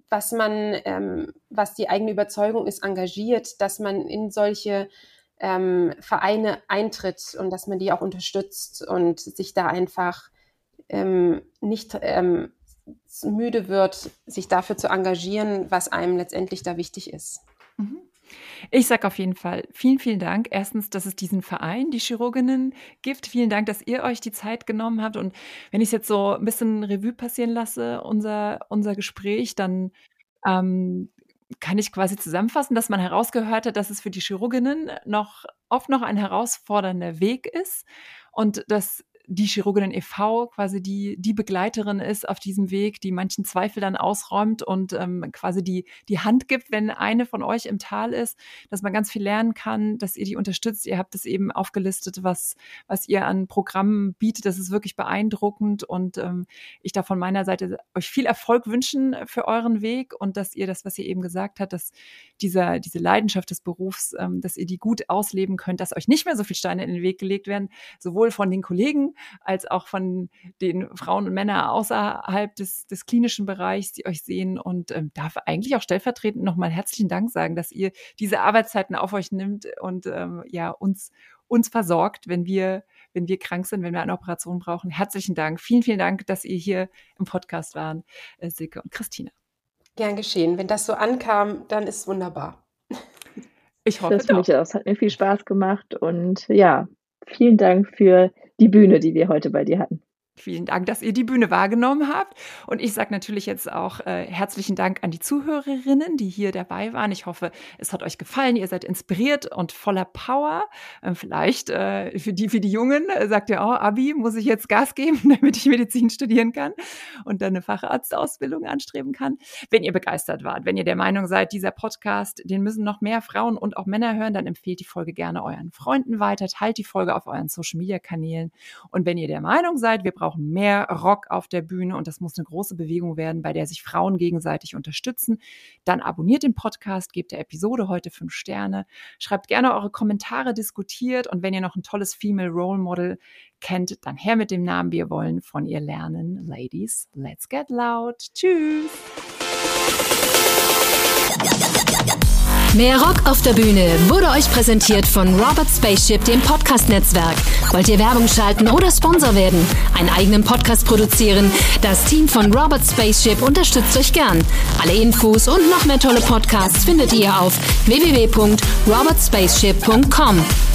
S4: was die eigene Überzeugung ist, engagiert, dass man in solche Vereine eintritt und dass man die auch unterstützt und sich da einfach nicht müde wird, sich dafür zu engagieren, was einem letztendlich da wichtig ist.
S2: Ich sage auf jeden Fall vielen, vielen Dank. Erstens, dass es diesen Verein, die Chirurginnen, gibt. Vielen Dank, dass ihr euch die Zeit genommen habt. Und wenn ich es jetzt so ein bisschen Revue passieren lasse, unser Gespräch, dann kann ich quasi zusammenfassen, dass man herausgehört hat, dass es für die Chirurginnen oft noch ein herausfordernder Weg ist und dass die Chirurginnen e.V. quasi die Begleiterin ist auf diesem Weg, die manchen Zweifel dann ausräumt und quasi die Hand gibt, wenn eine von euch im Tal ist, dass man ganz viel lernen kann, dass ihr die unterstützt. Ihr habt es eben aufgelistet, was ihr an Programmen bietet. Das ist wirklich beeindruckend und ich darf von meiner Seite euch viel Erfolg wünschen für euren Weg und dass ihr das, was ihr eben gesagt habt, dass diese Leidenschaft des Berufs, dass ihr die gut ausleben könnt, dass euch nicht mehr so viel Steine in den Weg gelegt werden, sowohl von den Kollegen als auch von den Frauen und Männern außerhalb des klinischen Bereichs, die euch sehen und darf eigentlich auch stellvertretend nochmal herzlichen Dank sagen, dass ihr diese Arbeitszeiten auf euch nimmt und uns versorgt, wenn wir krank sind, wenn wir eine Operation brauchen. Herzlichen Dank. Vielen, vielen Dank, dass ihr hier im Podcast waren, Silke und Christina.
S4: Gern geschehen. Wenn das so ankam, dann ist es wunderbar.
S2: Ich hoffe
S3: doch. Das hat mir viel Spaß gemacht und ja, vielen Dank für die Bühne, die wir heute bei dir hatten.
S2: Vielen Dank, dass ihr die Bühne wahrgenommen habt. Und ich sage natürlich jetzt auch herzlichen Dank an die Zuhörerinnen, die hier dabei waren. Ich hoffe, es hat euch gefallen. Ihr seid inspiriert und voller Power. Vielleicht für die Jungen sagt ihr, oh, Abi, muss ich jetzt Gas geben, damit ich Medizin studieren kann und dann eine Facharztausbildung anstreben kann. Wenn ihr begeistert wart, wenn ihr der Meinung seid, dieser Podcast, den müssen noch mehr Frauen und auch Männer hören, dann empfehlt die Folge gerne euren Freunden weiter. Teilt die Folge auf euren Social-Media-Kanälen. Und wenn ihr der Meinung seid, wir brauchen mehr Rock auf der Bühne und das muss eine große Bewegung werden, bei der sich Frauen gegenseitig unterstützen, dann abonniert den Podcast, gebt der Episode heute 5 Sterne, schreibt gerne eure Kommentare, diskutiert und wenn ihr noch ein tolles Female Role Model kennt, dann her mit dem Namen, wir wollen von ihr lernen. Ladies, let's get loud. Tschüss!
S1: Mehr Rock auf der Bühne wurde euch präsentiert von Robert Spaceship, dem Podcast-Netzwerk. Wollt ihr Werbung schalten oder Sponsor werden? Einen eigenen Podcast produzieren? Das Team von Robert Spaceship unterstützt euch gern. Alle Infos und noch mehr tolle Podcasts findet ihr auf www.robertspaceship.com.